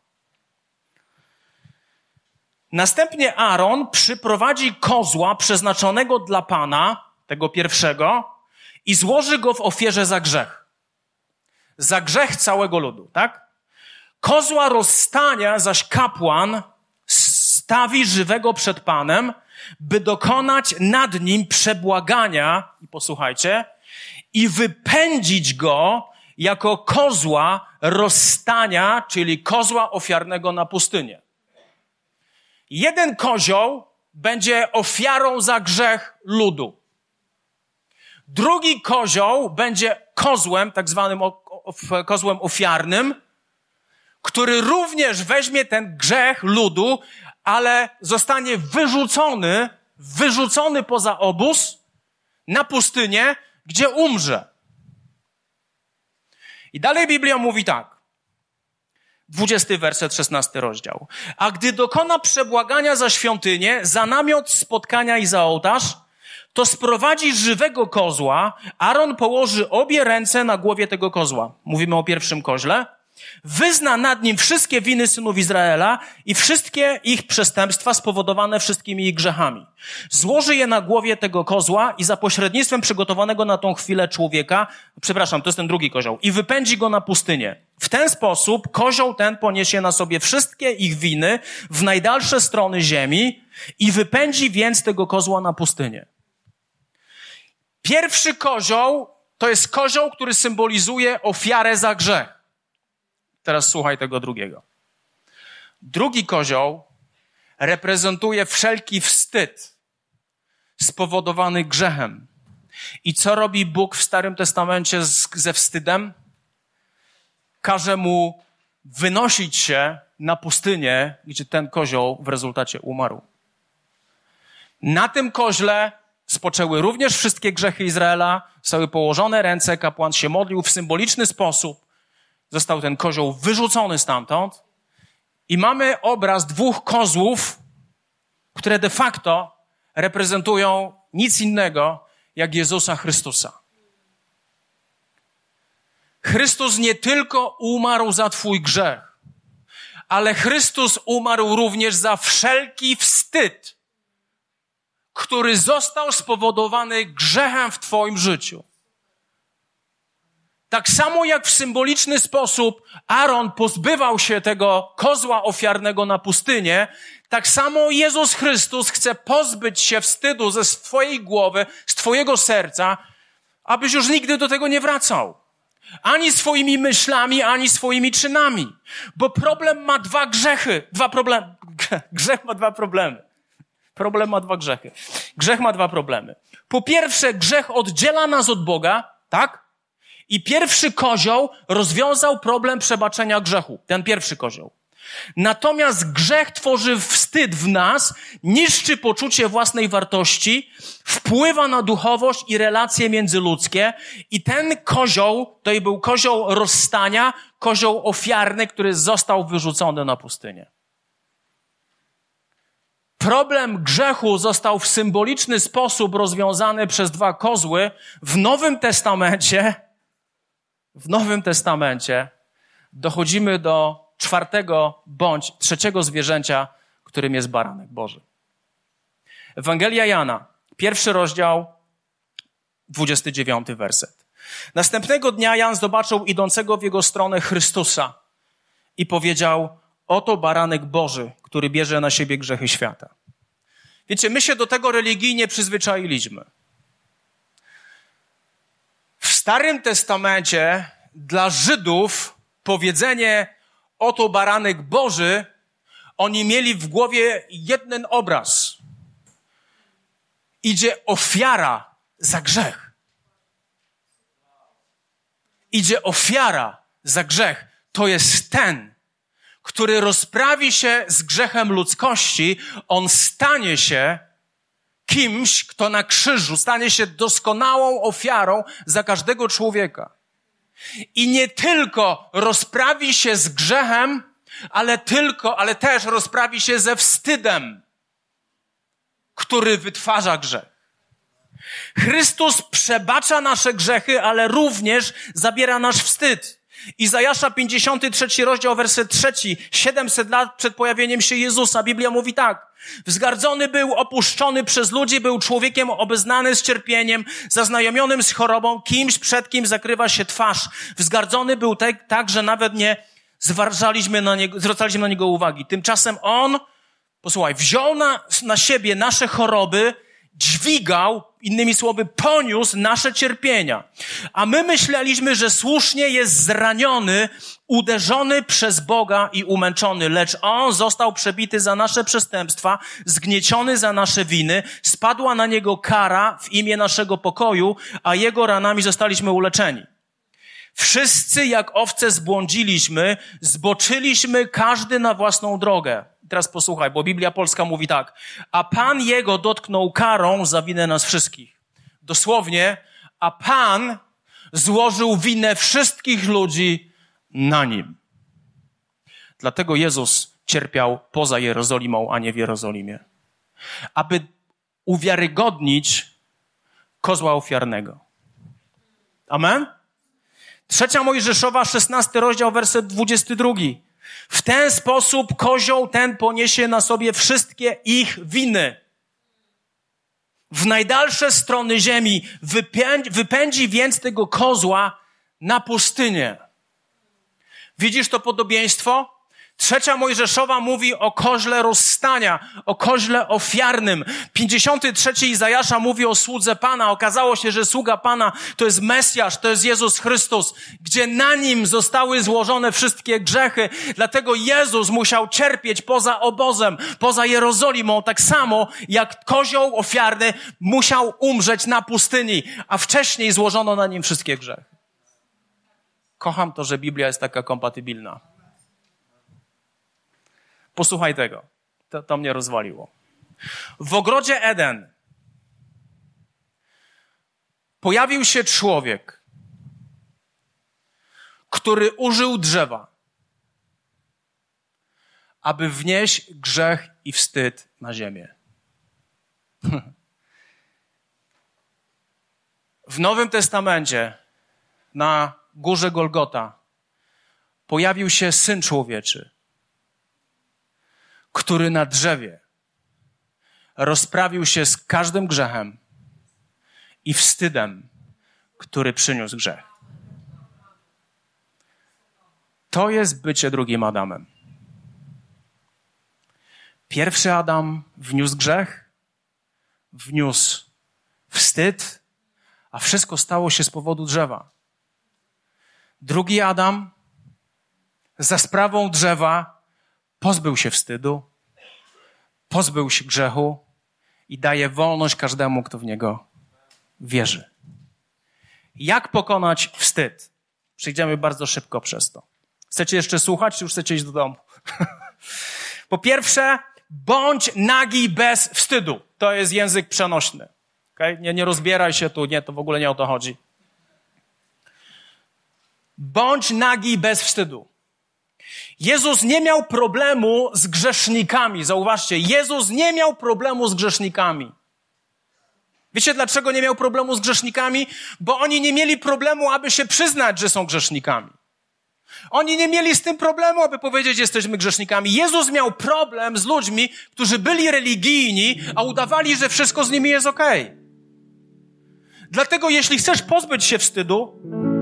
Następnie Aaron przyprowadzi kozła przeznaczonego dla Pana, tego pierwszego, i złoży go w ofierze za grzech. Za grzech całego ludu, tak? Kozła rozstania zaś kapłan stawi żywego przed Panem, by dokonać nad nim przebłagania, i posłuchajcie, i wypędzić go jako kozła rozstania, czyli kozła ofiarnego na pustynię. 1 kozioł będzie ofiarą za grzech ludu. Drugi kozioł będzie kozłem, tak zwanym kozłem ofiarnym, który również weźmie ten grzech ludu, ale zostanie wyrzucony poza obóz na pustynię, gdzie umrze. I dalej Biblia mówi tak. 20 werset, 16 rozdział. A gdy dokona przebłagania za świątynię, za namiot spotkania i za ołtarz, to sprowadzi żywego kozła. Aaron położy obie ręce na głowie tego kozła. Mówimy o pierwszym koźle. Wyzna nad nim wszystkie winy synów Izraela i wszystkie ich przestępstwa spowodowane wszystkimi ich grzechami. Złoży je na głowie tego kozła i za pośrednictwem przygotowanego na tą chwilę człowieka, to jest ten drugi kozioł, i wypędzi go na pustynię. W ten sposób kozioł ten poniesie na sobie wszystkie ich winy w najdalsze strony ziemi i wypędzi więc tego kozła na pustynię. Pierwszy kozioł to jest kozioł, który symbolizuje ofiarę za grzech. Teraz słuchaj tego drugiego. Drugi kozioł reprezentuje wszelki wstyd spowodowany grzechem. I co robi Bóg w Starym Testamencie ze wstydem? Każe mu wynosić się na pustynię, gdzie ten kozioł w rezultacie umarł. Na tym koźle spoczęły również wszystkie grzechy Izraela, zostały położone ręce, kapłan się modlił w symboliczny sposób. Został ten kozioł wyrzucony stamtąd i mamy obraz 2 kozłów, które de facto reprezentują nic innego jak Jezusa Chrystusa. Chrystus nie tylko umarł za twój grzech, ale Chrystus umarł również za wszelki wstyd, który został spowodowany grzechem w twoim życiu. Tak samo jak w symboliczny sposób Aaron pozbywał się tego kozła ofiarnego na pustynię, tak samo Jezus Chrystus chce pozbyć się wstydu ze twojej głowy, z twojego serca, abyś już nigdy do tego nie wracał. Ani swoimi myślami, ani swoimi czynami. Bo problem ma dwa problemy. Grzech ma dwa problemy. Problem ma dwa grzechy. Grzech ma dwa problemy. Po pierwsze, grzech oddziela nas od Boga, tak? I pierwszy kozioł rozwiązał problem przebaczenia grzechu. Ten pierwszy kozioł. Natomiast grzech tworzy wstyd w nas, niszczy poczucie własnej wartości, wpływa na duchowość i relacje międzyludzkie. I ten kozioł, to był kozioł rozstania, kozioł ofiarny, który został wyrzucony na pustynię. Problem grzechu został w symboliczny sposób rozwiązany przez dwa kozły. W Nowym Testamencie dochodzimy do czwartego bądź trzeciego zwierzęcia, którym jest baranek Boży. Ewangelia Jana, 1 rozdział, 29 werset. Następnego dnia Jan zobaczył idącego w jego stronę Chrystusa i powiedział: oto baranek Boży, który bierze na siebie grzechy świata. Wiecie, my się do tego religijnie przyzwyczailiśmy. W Starym Testamencie dla Żydów powiedzenie oto baranek Boży, oni mieli w głowie jeden obraz. Idzie ofiara za grzech. Idzie ofiara za grzech. To jest ten, który rozprawi się z grzechem ludzkości. On stanie się kimś, kto na krzyżu stanie się doskonałą ofiarą za każdego człowieka. I nie tylko rozprawi się z grzechem, ale też rozprawi się ze wstydem, który wytwarza grzech. Chrystus przebacza nasze grzechy, ale również zabiera nasz wstyd. Izajasza 53 rozdział, werset 3. 700 lat przed pojawieniem się Jezusa. Biblia mówi tak. Wzgardzony był, opuszczony przez ludzi, był człowiekiem obeznany z cierpieniem, zaznajomionym z chorobą, kimś, przed kim zakrywa się twarz. Wzgardzony był tak, że nawet nie zwracaliśmy na niego uwagi. Tymczasem on, posłuchaj, wziął na siebie nasze choroby, dźwigał, innymi słowy, poniósł nasze cierpienia. A my myśleliśmy, że słusznie jest zraniony, uderzony przez Boga i umęczony, lecz on został przebity za nasze przestępstwa, zgnieciony za nasze winy, spadła na niego kara w imię naszego pokoju, a jego ranami zostaliśmy uleczeni. Wszyscy jak owce zbłądziliśmy, zboczyliśmy każdy na własną drogę. Teraz posłuchaj, bo Biblia Polska mówi tak. A Pan jego dotknął karą za winę nas wszystkich. Dosłownie, a Pan złożył winę wszystkich ludzi na nim. Dlatego Jezus cierpiał poza Jerozolimą, a nie w Jerozolimie. Aby uwiarygodnić kozła ofiarnego. Amen? 3 Mojżeszowa, 16 rozdział, werset 22. W ten sposób kozioł ten poniesie na sobie wszystkie ich winy. W najdalsze strony ziemi wypędzi więc tego kozła na pustynię. Widzisz to podobieństwo? 3 Mojżeszowa mówi o koźle rozstania, o koźle ofiarnym. 53 Izajasza mówi o słudze Pana. Okazało się, że sługa Pana to jest Mesjasz, to jest Jezus Chrystus, gdzie na nim zostały złożone wszystkie grzechy. Dlatego Jezus musiał cierpieć poza obozem, poza Jerozolimą, tak samo jak kozioł ofiarny musiał umrzeć na pustyni, a wcześniej złożono na nim wszystkie grzechy. Kocham to, że Biblia jest taka kompatybilna. Posłuchaj tego. To mnie rozwaliło. W ogrodzie Eden pojawił się człowiek, który użył drzewa, aby wnieść grzech i wstyd na ziemię. W Nowym Testamencie na górze Golgota pojawił się Syn Człowieczy. który na drzewie rozprawił się z każdym grzechem i wstydem, który przyniósł grzech. To jest bycie drugim Adamem. Pierwszy Adam wniósł grzech, wniósł wstyd, a wszystko stało się z powodu drzewa. Drugi Adam za sprawą drzewa pozbył się wstydu, pozbył się grzechu i daje wolność każdemu, kto w niego wierzy. Jak pokonać wstyd? Przejdziemy bardzo szybko przez to. Chcecie jeszcze słuchać, czy już chcecie iść do domu? Po pierwsze, bądź nagi bez wstydu. To jest język przenośny. Okay? Nie rozbieraj się tu, to w ogóle nie o to chodzi. Bądź nagi bez wstydu. Jezus nie miał problemu z grzesznikami. Zauważcie, Jezus nie miał problemu z grzesznikami. Wiecie, dlaczego nie miał problemu z grzesznikami? Bo oni nie mieli problemu, aby się przyznać, że są grzesznikami. Oni nie mieli z tym problemu, aby powiedzieć, że jesteśmy grzesznikami. Jezus miał problem z ludźmi, którzy byli religijni, a udawali, że wszystko z nimi jest okej. Dlatego jeśli chcesz pozbyć się wstydu,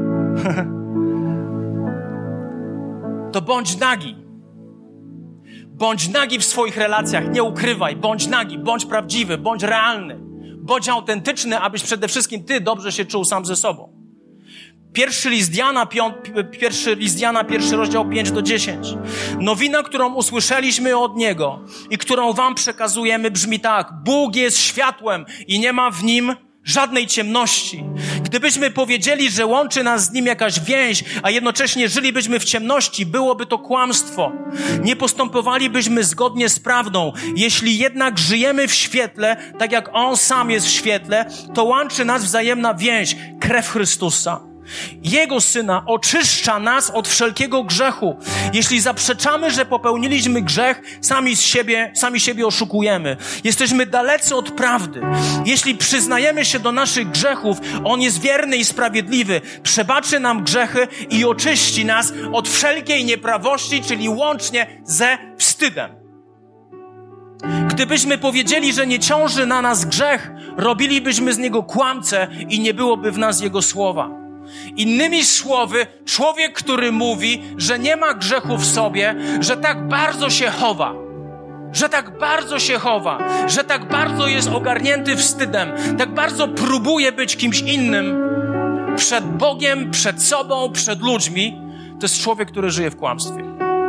to bądź nagi. Bądź nagi w swoich relacjach, nie ukrywaj. Bądź nagi, bądź prawdziwy, bądź realny. Bądź autentyczny, abyś przede wszystkim ty dobrze się czuł sam ze sobą. Pierwszy list Jana, pierwszy rozdział 5-10. Nowina, którą usłyszeliśmy od Niego i którą wam przekazujemy, brzmi tak. Bóg jest światłem i nie ma w Nim żadnej ciemności. Gdybyśmy powiedzieli, że łączy nas z Nim jakaś więź, a jednocześnie żylibyśmy w ciemności, byłoby to kłamstwo. Nie postępowalibyśmy zgodnie z prawdą. Jeśli jednak żyjemy w świetle, tak jak On sam jest w świetle, to łączy nas wzajemna więź, krew Chrystusa. Jego Syna oczyszcza nas od wszelkiego grzechu. Jeśli zaprzeczamy, że popełniliśmy grzech, sami siebie oszukujemy. Jesteśmy dalecy od prawdy. Jeśli przyznajemy się do naszych grzechów, On jest wierny i sprawiedliwy. Przebaczy nam grzechy i oczyści nas od wszelkiej nieprawości, czyli łącznie ze wstydem. Gdybyśmy powiedzieli, że nie ciąży na nas grzech, robilibyśmy z Niego kłamcę i nie byłoby w nas Jego słowa. Innymi słowy, człowiek, który mówi, że nie ma grzechu w sobie, że tak bardzo się chowa, że tak bardzo jest ogarnięty wstydem, tak bardzo próbuje być kimś innym przed Bogiem, przed sobą, przed ludźmi, to jest człowiek, który żyje w kłamstwie.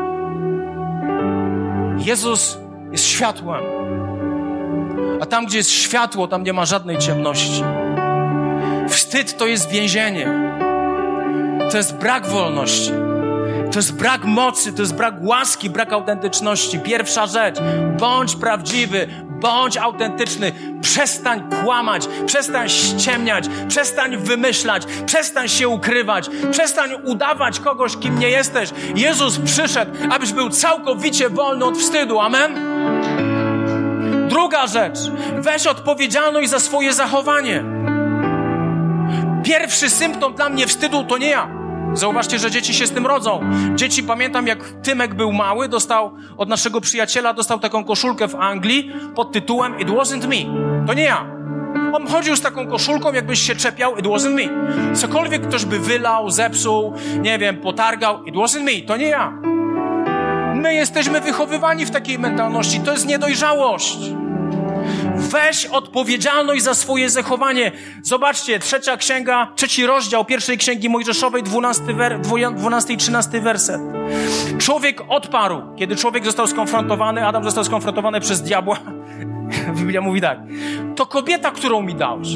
Jezus jest światłem, a tam, gdzie jest światło, tam nie ma żadnej ciemności. Wstyd to jest więzienie. To jest brak wolności. To jest brak mocy, to jest brak łaski, brak autentyczności. Pierwsza rzecz, bądź prawdziwy, bądź autentyczny. Przestań kłamać, przestań ściemniać, przestań wymyślać, przestań się ukrywać, przestań udawać kogoś, kim nie jesteś. Jezus przyszedł, abyś był całkowicie wolny od wstydu. Amen? Druga rzecz, weź odpowiedzialność za swoje zachowanie. Pierwszy symptom dla mnie wstydu to nie ja. Zauważcie, że dzieci się z tym rodzą. Dzieci, pamiętam, jak Tymek był mały, od naszego przyjaciela dostał taką koszulkę w Anglii pod tytułem It wasn't me. To nie ja. On chodził z taką koszulką, jakbyś się czepiał, it wasn't me. Cokolwiek ktoś by wylał, zepsuł, nie wiem, potargał, it wasn't me. To nie ja. My jesteśmy wychowywani w takiej mentalności. To jest niedojrzałość. Weź odpowiedzialność za swoje zachowanie. Zobaczcie, 3 rozdział pierwszej Księgi Mojżeszowej, 12 i 13 werset. Człowiek odparł, kiedy człowiek został skonfrontowany, Adam został skonfrontowany przez diabła. Biblia mówi tak. To kobieta, którą mi dałeś,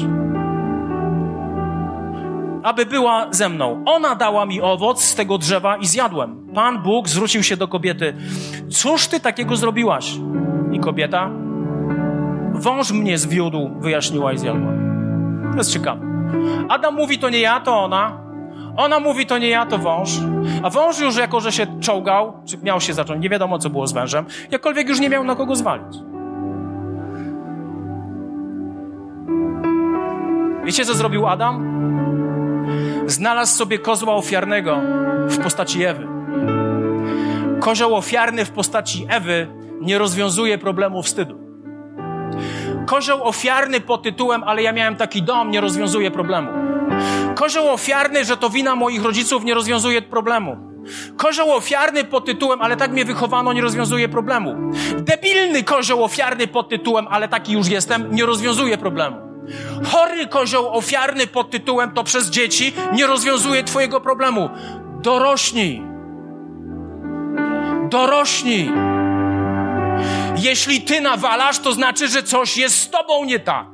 aby była ze mną. Ona dała mi owoc z tego drzewa i zjadłem. Pan Bóg zwrócił się do kobiety. Cóż ty takiego zrobiłaś? I kobieta: wąż mnie zwiódł, wyjaśniła i zjadła. To jest ciekawe. Adam mówi, to nie ja, to ona. Ona mówi, to nie ja, to wąż. A wąż już, jako że się czołgał, czy miał się zacząć, nie wiadomo, co było z wężem, jakkolwiek już nie miał na kogo zwalić. Wiecie, co zrobił Adam? Znalazł sobie kozła ofiarnego w postaci Ewy. Kozioł ofiarny w postaci Ewy nie rozwiązuje problemu wstydu. Kozioł ofiarny pod tytułem ale ja miałem taki dom, nie rozwiązuje problemu. Kozioł ofiarny, że to wina moich rodziców, nie rozwiązuje problemu. Kozioł ofiarny pod tytułem ale tak mnie wychowano, nie rozwiązuje problemu. Debilny kozioł ofiarny pod tytułem ale taki już jestem, nie rozwiązuje problemu. Chory kozioł ofiarny pod tytułem to przez dzieci nie rozwiązuje twojego problemu. Dorośnij. Dorośnij. Jeśli ty nawalasz, to znaczy, że coś jest z tobą nie tak.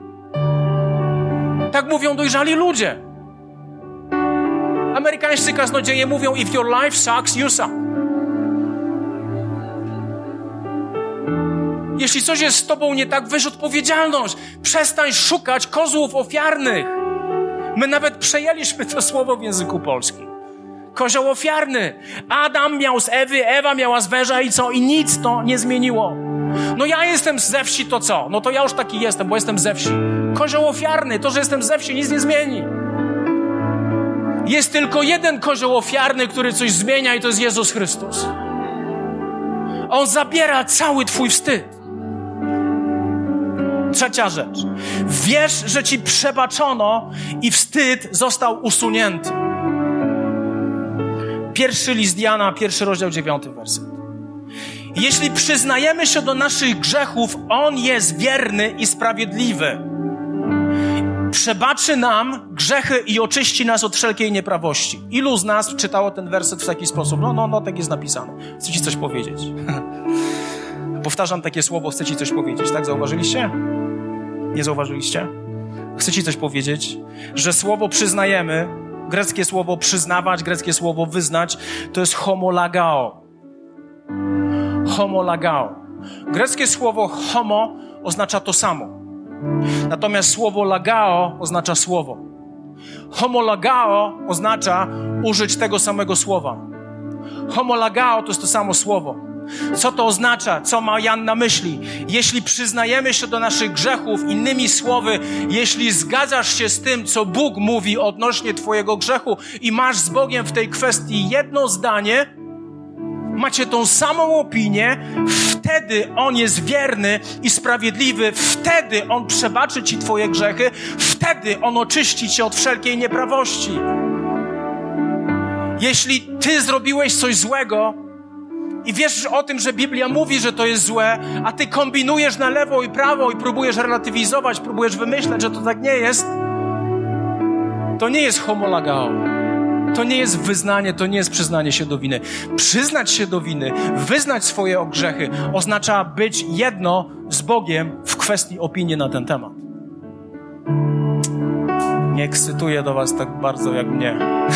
Tak mówią dojrzali ludzie. Amerykańscy kaznodzieje mówią, if your life sucks, you suck. Jeśli coś jest z tobą nie tak, weź odpowiedzialność. Przestań szukać kozłów ofiarnych. My nawet przejęliśmy to słowo w języku polskim. Kozioł ofiarny. Adam miał z Ewy, Ewa miała z węża i co? I nic to nie zmieniło. No ja jestem ze wsi, to co? No to ja już taki jestem, bo jestem ze wsi. Kozioł ofiarny. To, że jestem ze wsi, nic nie zmieni. Jest tylko jeden kozioł ofiarny, który coś zmienia i to jest Jezus Chrystus. On zabiera cały twój wstyd. Trzecia rzecz. Wiesz, że ci przebaczono i wstyd został usunięty. 1 list Jana, 1 rozdział, 9 werset. Jeśli przyznajemy się do naszych grzechów, On jest wierny i sprawiedliwy. Przebaczy nam grzechy i oczyści nas od wszelkiej nieprawości. Ilu z nas czytało ten werset w taki sposób? No, tak jest napisane. Chcę ci coś powiedzieć. Powtarzam takie słowo, chcę ci coś powiedzieć. Tak, zauważyliście? Nie zauważyliście? Chcę ci coś powiedzieć, że słowo przyznajemy, greckie słowo przyznawać, greckie słowo wyznać, to jest homolagao. Homolagao. Greckie słowo homo oznacza to samo. Natomiast słowo lagao oznacza słowo. Homolagao oznacza użyć tego samego słowa. Homolagao to jest to samo słowo. Co to oznacza? Co ma Jan na myśli? Jeśli przyznajemy się do naszych grzechów, innymi słowy, jeśli zgadzasz się z tym, co Bóg mówi odnośnie twojego grzechu i masz z Bogiem w tej kwestii jedno zdanie, macie tą samą opinię, wtedy On jest wierny i sprawiedliwy, wtedy On przebaczy ci twoje grzechy, wtedy On oczyści cię od wszelkiej nieprawości. Jeśli ty zrobiłeś coś złego i wiesz o tym, że Biblia mówi, że to jest złe, a ty kombinujesz na lewo i prawo i próbujesz relatywizować, próbujesz wymyślać, że to tak nie jest, to nie jest homolagao. To nie jest wyznanie, to nie jest przyznanie się do winy. Przyznać się do winy, wyznać swoje grzechy oznacza być jedno z Bogiem w kwestii opinii na ten temat. Nie ekscytuje do was tak bardzo jak mnie.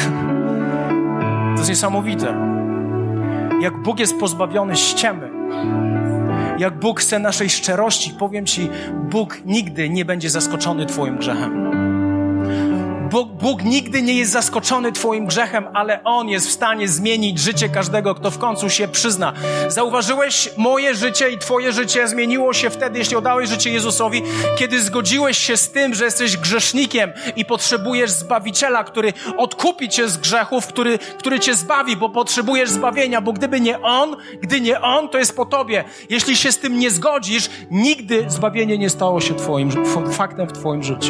To jest niesamowite. Jak Bóg jest pozbawiony ściemy, jak Bóg chce naszej szczerości, powiem ci, Bóg nigdy nie będzie zaskoczony twoim grzechem. Bóg nigdy nie jest zaskoczony twoim grzechem, ale On jest w stanie zmienić życie każdego, kto w końcu się przyzna. Zauważyłeś, moje życie i twoje życie zmieniło się wtedy, jeśli oddałeś życie Jezusowi, kiedy zgodziłeś się z tym, że jesteś grzesznikiem i potrzebujesz Zbawiciela, który odkupi cię z grzechów, który cię zbawi, bo potrzebujesz zbawienia, bo gdy nie On, to jest po tobie. Jeśli się z tym nie zgodzisz, nigdy zbawienie nie stało się faktem w twoim życiu.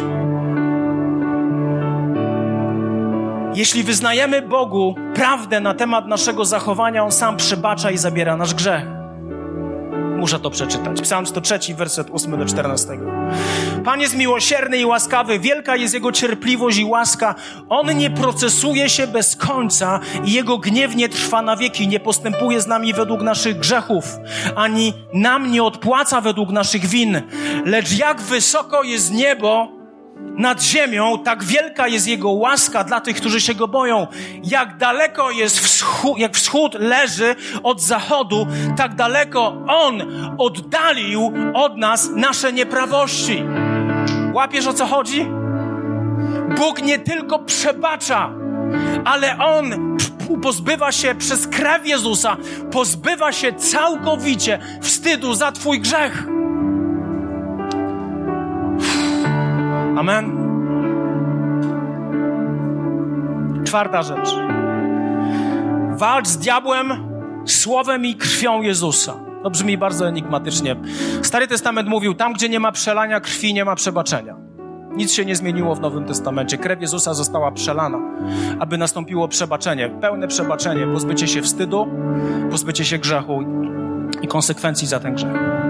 Jeśli wyznajemy Bogu prawdę na temat naszego zachowania, On sam przebacza i zabiera nasz grzech. Muszę to przeczytać. Psalm 103, werset 8-14. Pan jest miłosierny i łaskawy, wielka jest Jego cierpliwość i łaska. On nie procesuje się bez końca i Jego gniew nie trwa na wieki. Nie postępuje z nami według naszych grzechów, ani nam nie odpłaca według naszych win. Lecz jak wysoko jest niebo nad ziemią, tak wielka jest Jego łaska dla tych, którzy się Go boją. Jak daleko jest jak wschód leży od zachodu, tak daleko On oddalił od nas nasze nieprawości. Łapiesz, o co chodzi? Bóg nie tylko przebacza, ale On pozbywa się przez krew Jezusa, pozbywa się całkowicie wstydu za twój grzech. Amen. Czwarta rzecz. Walcz z diabłem słowem i krwią Jezusa. To brzmi bardzo enigmatycznie. Stary Testament mówił, tam gdzie nie ma przelania krwi, nie ma przebaczenia. Nic się nie zmieniło w Nowym Testamencie. Krew Jezusa została przelana, aby nastąpiło przebaczenie, pełne przebaczenie, pozbycie się wstydu, pozbycie się grzechu i konsekwencji za ten grzech.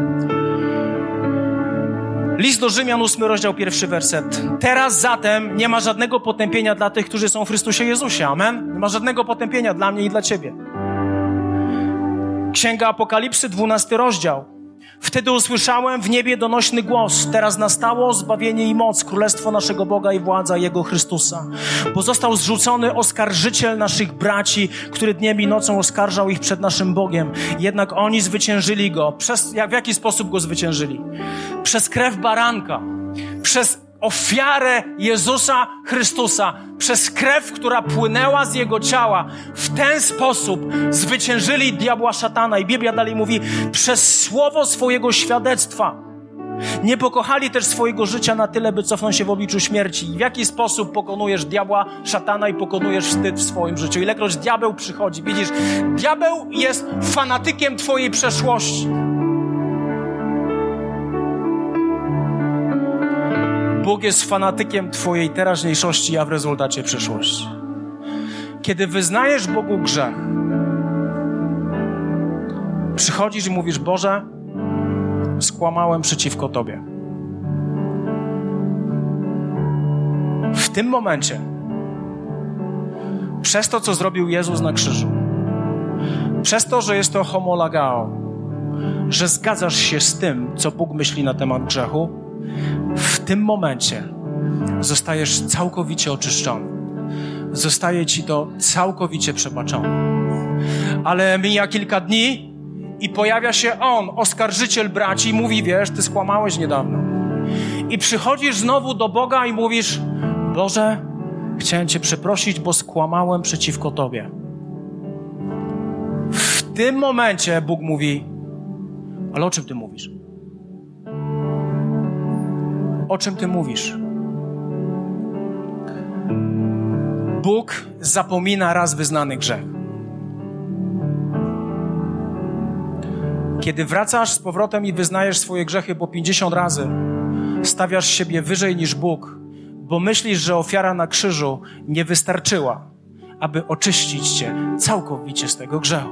List do Rzymian, 8 rozdział, 1 werset. Teraz zatem nie ma żadnego potępienia dla tych, którzy są w Chrystusie Jezusie. Amen? Nie ma żadnego potępienia dla mnie i dla ciebie. Księga Apokalipsy, 12 rozdział. Wtedy usłyszałem w niebie donośny głos. Teraz nastało zbawienie i moc, królestwo naszego Boga i władza Jego Chrystusa. Bo został zrzucony oskarżyciel naszych braci, który dniem i nocą oskarżał ich przed naszym Bogiem. Jednak oni zwyciężyli go. W jaki sposób go zwyciężyli? Przez krew baranka. Przez ofiarę Jezusa Chrystusa, przez krew, która płynęła z Jego ciała. W ten sposób zwyciężyli diabła, szatana. I Biblia dalej mówi, przez słowo swojego świadectwa. Nie pokochali też swojego życia na tyle, by cofnąć się w obliczu śmierci. I w jaki sposób pokonujesz diabła, szatana i pokonujesz wstyd w swoim życiu? Ilekroć diabeł przychodzi, widzisz, diabeł jest fanatykiem twojej przeszłości. Bóg jest fanatykiem twojej teraźniejszości, a w rezultacie przyszłości. Kiedy wyznajesz Bogu grzech, przychodzisz i mówisz, Boże, skłamałem przeciwko Tobie. W tym momencie, przez to, co zrobił Jezus na krzyżu, przez to, że jest to homologao, że zgadzasz się z tym, co Bóg myśli na temat grzechu, w tym momencie zostajesz całkowicie oczyszczony. Zostaje ci to całkowicie przebaczone. Ale mija kilka dni i pojawia się on, oskarżyciel braci, i mówi, wiesz, ty skłamałeś niedawno. I przychodzisz znowu do Boga i mówisz, Boże, chciałem Cię przeprosić, bo skłamałem przeciwko Tobie. W tym momencie Bóg mówi, ale o czym Ty mówisz? O czym Ty mówisz? Bóg zapomina raz wyznany grzech. Kiedy wracasz z powrotem i wyznajesz swoje grzechy po 50 razy, stawiasz siebie wyżej niż Bóg, bo myślisz, że ofiara na krzyżu nie wystarczyła, aby oczyścić Cię całkowicie z tego grzechu.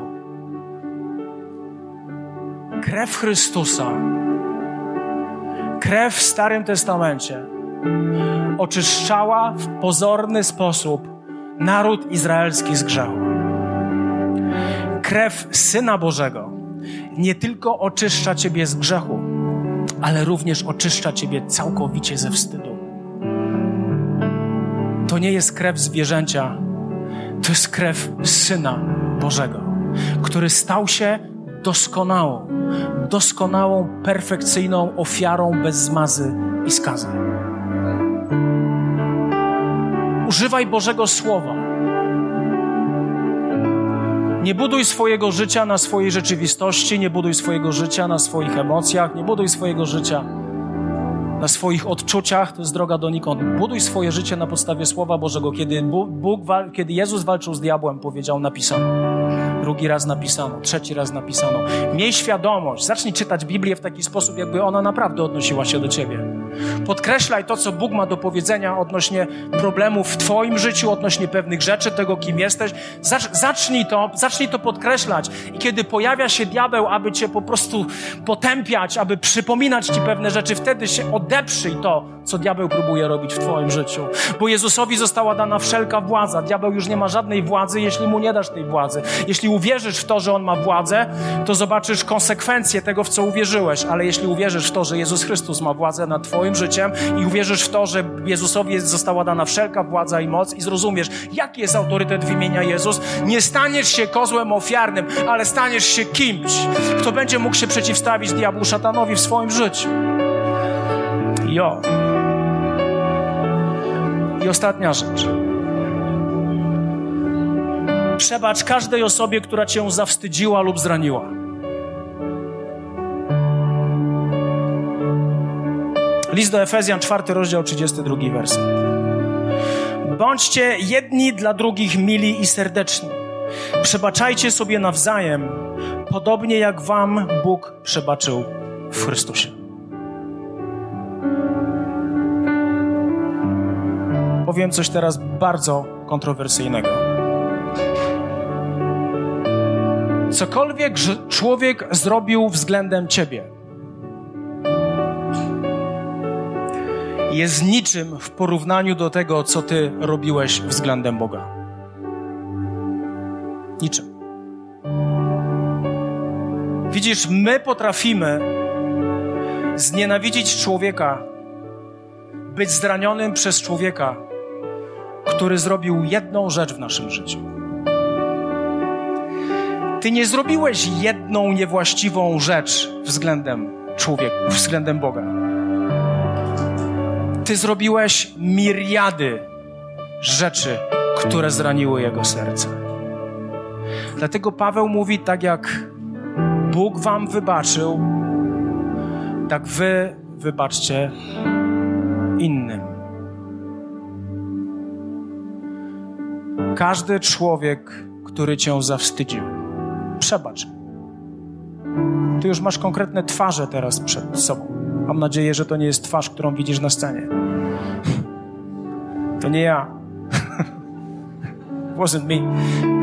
Krew Chrystusa, krew w Starym Testamencie oczyszczała w pozorny sposób naród izraelski z grzechu. Krew Syna Bożego nie tylko oczyszcza Ciebie z grzechu, ale również oczyszcza Ciebie całkowicie ze wstydu. To nie jest krew zwierzęcia, to jest krew Syna Bożego, który stał się doskonałą, perfekcyjną ofiarą bez zmazy i skazy. Używaj Bożego Słowa. Nie buduj swojego życia na swojej rzeczywistości, nie buduj swojego życia na swoich emocjach, nie buduj swojego życia na swoich odczuciach, to jest droga donikąd. Buduj swoje życie na podstawie Słowa Bożego. Kiedy Jezus walczył z diabłem, powiedział, napisano. Drugi raz napisano, trzeci raz napisano. Miej świadomość, zacznij czytać Biblię w taki sposób, jakby ona naprawdę odnosiła się do ciebie. Podkreślaj to, co Bóg ma do powiedzenia odnośnie problemów w twoim życiu, odnośnie pewnych rzeczy, tego, kim jesteś. Zacznij to podkreślać. I kiedy pojawia się diabeł, aby cię po prostu potępiać, aby przypominać ci pewne rzeczy, wtedy się odeprzyj to, co diabeł próbuje robić w twoim życiu. Bo Jezusowi została dana wszelka władza. Diabeł już nie ma żadnej władzy, jeśli mu nie dasz tej władzy. Jeśli uwierzysz w to, że on ma władzę, to zobaczysz konsekwencje tego, w co uwierzyłeś. Ale jeśli uwierzysz w to, że Jezus Chrystus ma władzę nad twoim życiem i uwierzysz w to, że Jezusowi została dana wszelka władza i moc i zrozumiesz, jaki jest autorytet w imienia Jezus, nie staniesz się kozłem ofiarnym, ale staniesz się kimś, kto będzie mógł się przeciwstawić diabłu, szatanowi w swoim życiu. I ostatnia rzecz. Przebacz każdej osobie, która cię zawstydziła lub zraniła. List do Efezjan, 4 rozdział, 32 werset. Bądźcie jedni dla drugich mili i serdeczni. Przebaczajcie sobie nawzajem, podobnie jak wam Bóg przebaczył w Chrystusie. Powiem coś teraz bardzo kontrowersyjnego. Cokolwiek człowiek zrobił względem ciebie, jest niczym w porównaniu do tego, co ty robiłeś względem Boga. Niczym. Widzisz, my potrafimy znienawidzić człowieka, być zranionym przez człowieka, który zrobił jedną rzecz w naszym życiu. Ty nie zrobiłeś jedną niewłaściwą rzecz względem człowieka, względem Boga. Ty zrobiłeś miriady rzeczy, które zraniły Jego serce. Dlatego Paweł mówi, tak jak Bóg wam wybaczył, tak wy wybaczcie innym. Każdy człowiek, który cię zawstydził, przebacz. Ty już masz konkretne twarze teraz przed sobą. Mam nadzieję, że to nie jest twarz, którą widzisz na scenie. To nie ja. Wasn't me.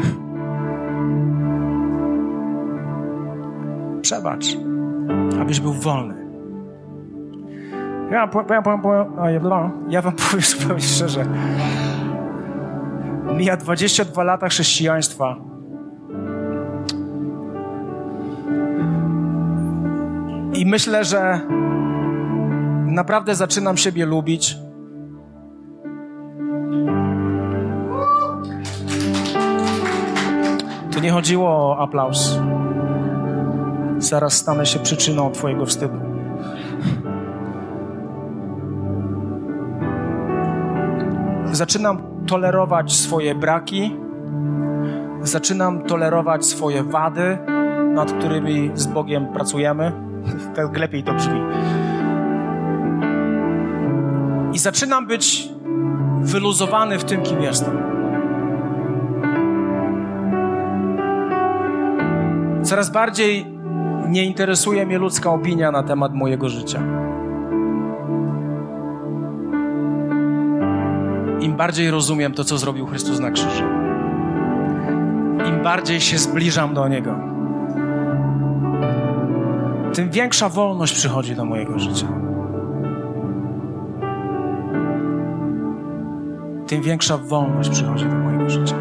Przebacz, abyś był wolny. Ja wam powiem zupełnie szczerze. Mija 22 lata chrześcijaństwa. I myślę, że naprawdę zaczynam siebie lubić. Tu nie chodziło o aplauz. Zaraz stanę się przyczyną twojego wstydu. Zaczynam tolerować swoje braki. Zaczynam tolerować swoje wady, nad którymi z Bogiem pracujemy. Tak lepiej to brzmi. I zaczynam być wyluzowany w tym, kim jestem. Coraz bardziej nie interesuje mnie ludzka opinia na temat mojego życia. Im bardziej rozumiem to, co zrobił Chrystus na krzyżu, im bardziej się zbliżam do Niego, tym większa wolność przychodzi do mojego życia. Tym większa wolność przychodzi do mojego życia.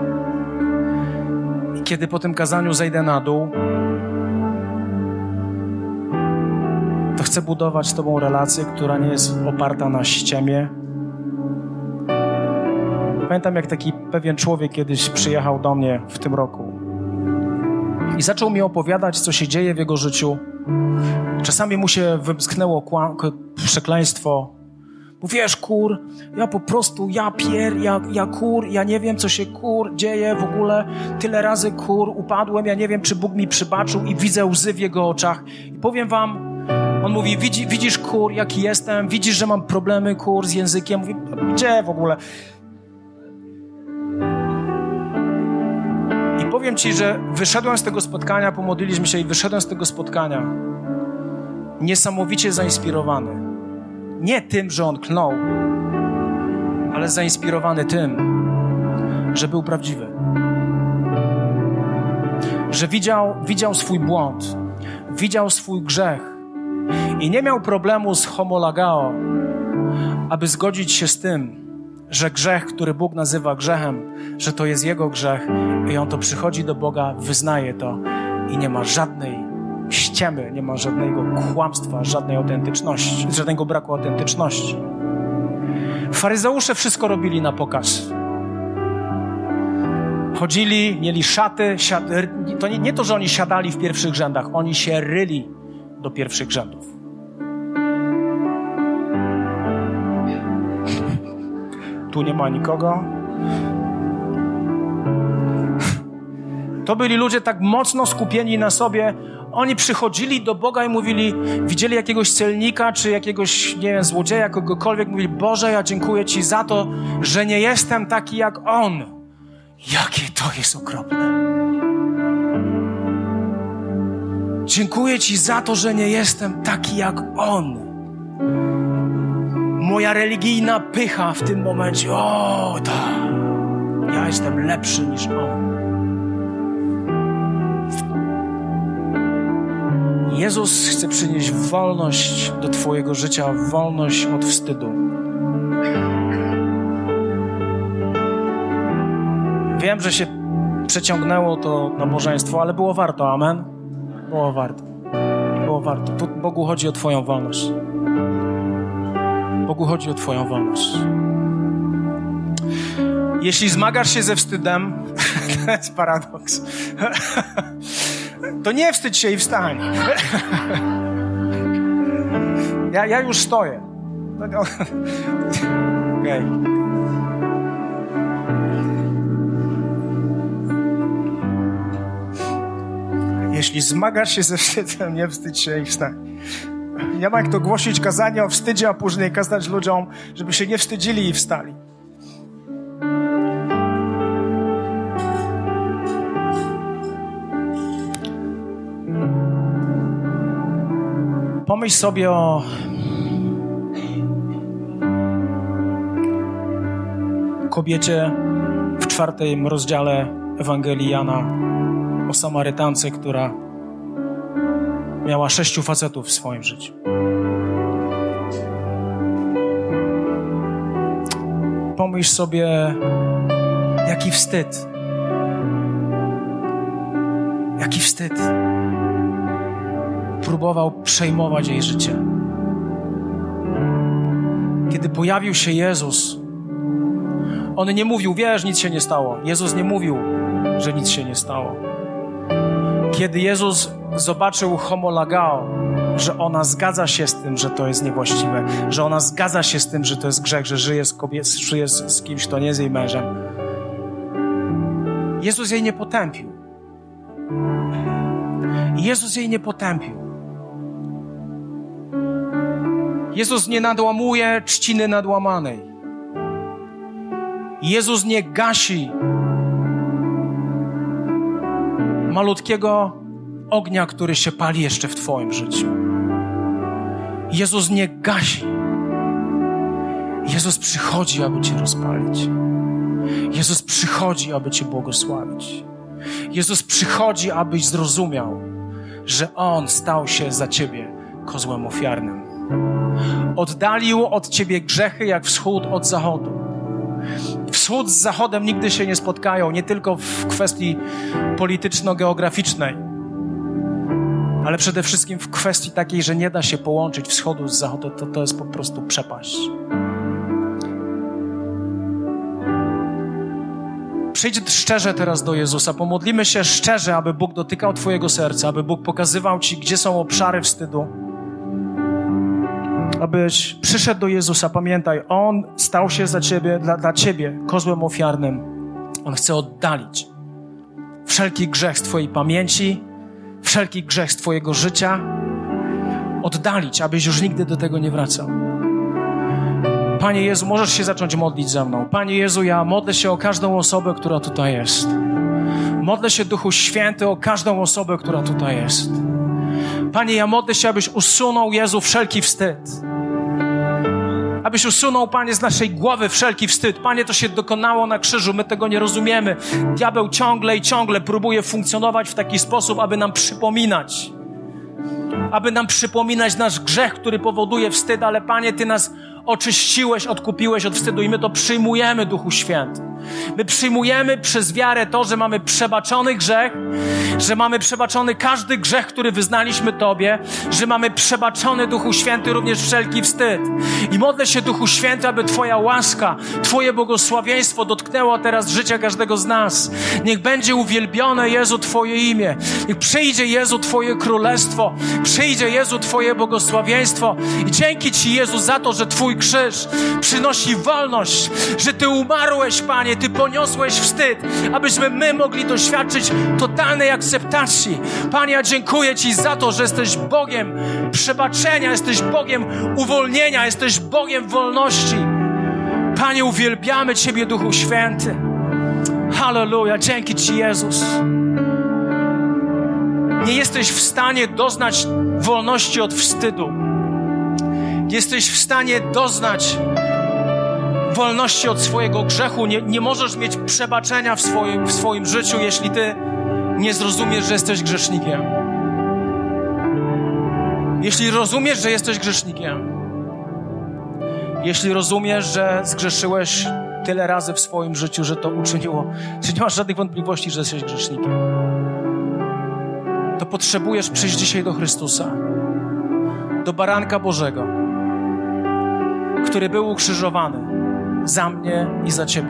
I kiedy po tym kazaniu zejdę na dół, to chcę budować z Tobą relację, która nie jest oparta na ściemie. Pamiętam, jak taki pewien człowiek kiedyś przyjechał do mnie w tym roku i zaczął mi opowiadać, co się dzieje w jego życiu. Czasami mu się wymsknęło przekleństwo. Bo wiesz, kur, ja po prostu, ja nie wiem, co się, dzieje w ogóle. Tyle razy, upadłem, ja nie wiem, czy Bóg mi przebaczył i widzę łzy w jego oczach. I powiem wam, on mówi, widzisz, jaki jestem, widzisz, że mam problemy, z językiem. Mówi, gdzie w ogóle? I powiem ci, że wyszedłem z tego spotkania, pomodliliśmy się i wyszedłem z tego spotkania niesamowicie zainspirowany. Nie tym, że on klnął, ale zainspirowany tym, że był prawdziwy. Że widział swój błąd, widział swój grzech i nie miał problemu z homologao, aby zgodzić się z tym, że grzech, który Bóg nazywa grzechem, że to jest jego grzech i on to przychodzi do Boga, wyznaje to i nie ma żadnej ściemy, nie ma żadnego kłamstwa, żadnej autentyczności, żadnego braku autentyczności. Faryzeusze wszystko robili na pokaz. Chodzili, mieli szaty, to nie to, że oni siadali w pierwszych rzędach, oni się ryli do pierwszych rzędów. Tu nie ma nikogo. To byli ludzie tak mocno skupieni na sobie. Oni przychodzili do Boga i mówili, widzieli jakiegoś celnika, czy jakiegoś, nie wiem, złodzieja, kogokolwiek. Mówili, Boże, ja dziękuję Ci za to, że nie jestem taki jak on. Jakie to jest okropne. Dziękuję Ci za to, że nie jestem taki jak on. Moja religijna pycha w tym momencie. O, tak. Ja jestem lepszy niż on. Jezus chce przynieść wolność do Twojego życia, wolność od wstydu. Wiem, że się przeciągnęło to nabożeństwo, ale było warto, amen? Było warto. Było warto. Tu Bogu chodzi o Twoją wolność. Bogu chodzi o Twoją wolność. Jeśli zmagasz się ze wstydem, to jest paradoks, to nie wstydź się i wstań. Ja już stoję. Okej. Jeśli zmagasz się ze wstydem, nie wstydź się i wstań. Nie ma jak to głosić kazanie o wstydzie, a później kazać ludziom, żeby się nie wstydzili i wstali. Pomyśl sobie o kobiecie w 4 rozdziale Ewangelii Jana, o Samarytance, która miała 6 facetów w swoim życiu. Pomyśl sobie, jaki wstyd. Jaki wstyd. Próbował przejmować jej życie. Kiedy pojawił się Jezus, on nie mówił, wiesz, nic się nie stało. Jezus nie mówił, że nic się nie stało. Kiedy Jezus zobaczył homolagao, że ona zgadza się z tym, że to jest niewłaściwe, że ona zgadza się z tym, że to jest grzech, że żyje z kimś, kto nie jest jej mężem, Jezus jej nie potępił. Jezus jej nie potępił. Jezus nie nadłamuje trzciny nadłamanej. Jezus nie gasi malutkiego ognia, który się pali jeszcze w Twoim życiu. Jezus nie gasi. Jezus przychodzi, aby Cię rozpalić. Jezus przychodzi, aby Cię błogosławić. Jezus przychodzi, abyś zrozumiał, że On stał się za Ciebie kozłem ofiarnym. Oddalił od Ciebie grzechy jak wschód od zachodu. Wschód z zachodem nigdy się nie spotkają, nie tylko w kwestii polityczno-geograficznej, ale przede wszystkim w kwestii takiej, że nie da się połączyć wschodu z zachodu. To jest po prostu przepaść. Przyjdź szczerze teraz do Jezusa. Pomodlimy się szczerze, aby Bóg dotykał Twojego serca, aby Bóg pokazywał Ci, gdzie są obszary wstydu. Abyś przyszedł do Jezusa. Pamiętaj, On stał się za Ciebie, dla Ciebie kozłem ofiarnym. On chce oddalić wszelki grzech z Twojej pamięci, wszelki grzech z Twojego życia. Oddalić, abyś już nigdy do tego nie wracał. Panie Jezu, możesz się zacząć modlić ze mną. Panie Jezu, ja modlę się o każdą osobę, która tutaj jest. Modlę się, Duchu Święty, o każdą osobę, która tutaj jest. Panie, ja modlę się, abyś usunął, Jezu, wszelki wstyd. Abyś usunął, Panie, z naszej głowy wszelki wstyd. Panie, to się dokonało na krzyżu, my tego nie rozumiemy. Diabeł ciągle i ciągle próbuje funkcjonować w taki sposób, aby nam przypominać nasz grzech, który powoduje wstyd, ale Panie, Ty nas oczyściłeś, odkupiłeś od wstydu i my to przyjmujemy, Duchu Święty. My przyjmujemy przez wiarę to, że mamy przebaczony grzech, że mamy przebaczony każdy grzech, który wyznaliśmy Tobie, że mamy przebaczony, Duchu Święty, również wszelki wstyd. I modlę się, Duchu Święty, aby Twoja łaska, Twoje błogosławieństwo dotknęło teraz życia każdego z nas. Niech będzie uwielbione, Jezu, Twoje imię. Niech przyjdzie, Jezu, Twoje królestwo. Przyjdzie, Jezu, Twoje błogosławieństwo. I dzięki Ci, Jezu, za to, że Twój krzyż przynosi wolność, że Ty umarłeś, Panie, Ty poniosłeś wstyd, abyśmy my mogli doświadczyć totalnej akceptacji. Panie, ja dziękuję Ci za to, że jesteś Bogiem przebaczenia, jesteś Bogiem uwolnienia, jesteś Bogiem wolności. Panie, uwielbiamy Ciebie, Duchu Święty. Halleluja, dzięki Ci, Jezus. Nie jesteś w stanie doznać wolności od wstydu. Nie jesteś w stanie doznać wolności od swojego grzechu. Nie możesz mieć przebaczenia w swoim życiu, jeśli Ty nie zrozumiesz, że jesteś grzesznikiem. Jeśli rozumiesz, że jesteś grzesznikiem. Jeśli rozumiesz, że zgrzeszyłeś tyle razy w swoim życiu, że to uczyniło, że nie masz żadnych wątpliwości, że jesteś grzesznikiem, to potrzebujesz przyjść dzisiaj do Chrystusa, do Baranka Bożego, który był ukrzyżowany za mnie i za Ciebie.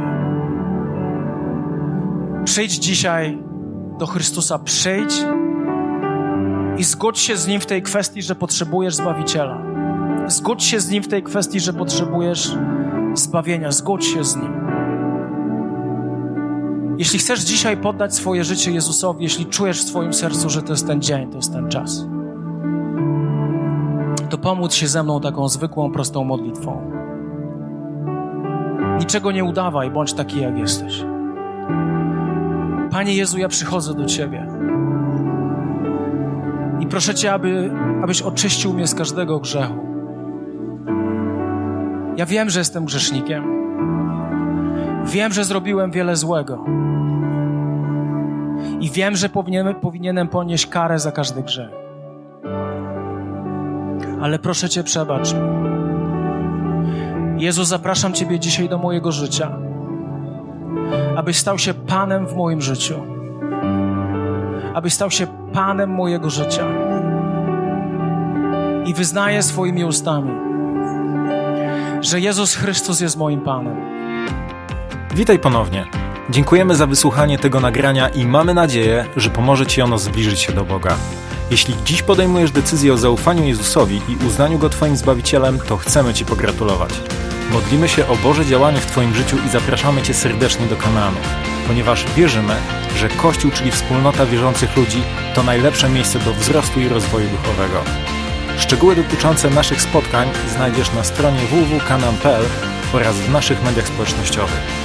Przyjdź dzisiaj do Chrystusa, przyjdź i zgodź się z Nim w tej kwestii, że potrzebujesz Zbawiciela. Zgodź się z Nim w tej kwestii, że potrzebujesz zbawienia. Zgodź się z Nim. Jeśli chcesz dzisiaj poddać swoje życie Jezusowi, jeśli czujesz w swoim sercu, że to jest ten dzień, to jest ten czas, to pomódl się ze mną taką zwykłą, prostą modlitwą. Niczego nie udawaj, bądź taki, jak jesteś. Panie Jezu, ja przychodzę do Ciebie i proszę Cię, abyś oczyścił mnie z każdego grzechu. Ja wiem, że jestem grzesznikiem. Wiem, że zrobiłem wiele złego. I wiem, że powinienem ponieść karę za każdy grzech. Ale proszę Cię, przebacz mi. Jezu, zapraszam Ciebie dzisiaj do mojego życia, abyś stał się Panem w moim życiu. Abyś stał się Panem mojego życia. I wyznaję swoimi ustami, że Jezus Chrystus jest moim Panem. Witaj ponownie. Dziękujemy za wysłuchanie tego nagrania i mamy nadzieję, że pomoże Ci ono zbliżyć się do Boga. Jeśli dziś podejmujesz decyzję o zaufaniu Jezusowi i uznaniu Go Twoim Zbawicielem, to chcemy Ci pogratulować. Modlimy się o Boże działanie w Twoim życiu i zapraszamy Cię serdecznie do Kanaanu, ponieważ wierzymy, że Kościół, czyli wspólnota wierzących ludzi, to najlepsze miejsce do wzrostu i rozwoju duchowego. Szczegóły dotyczące naszych spotkań znajdziesz na stronie www.kanaan.pl oraz w naszych mediach społecznościowych.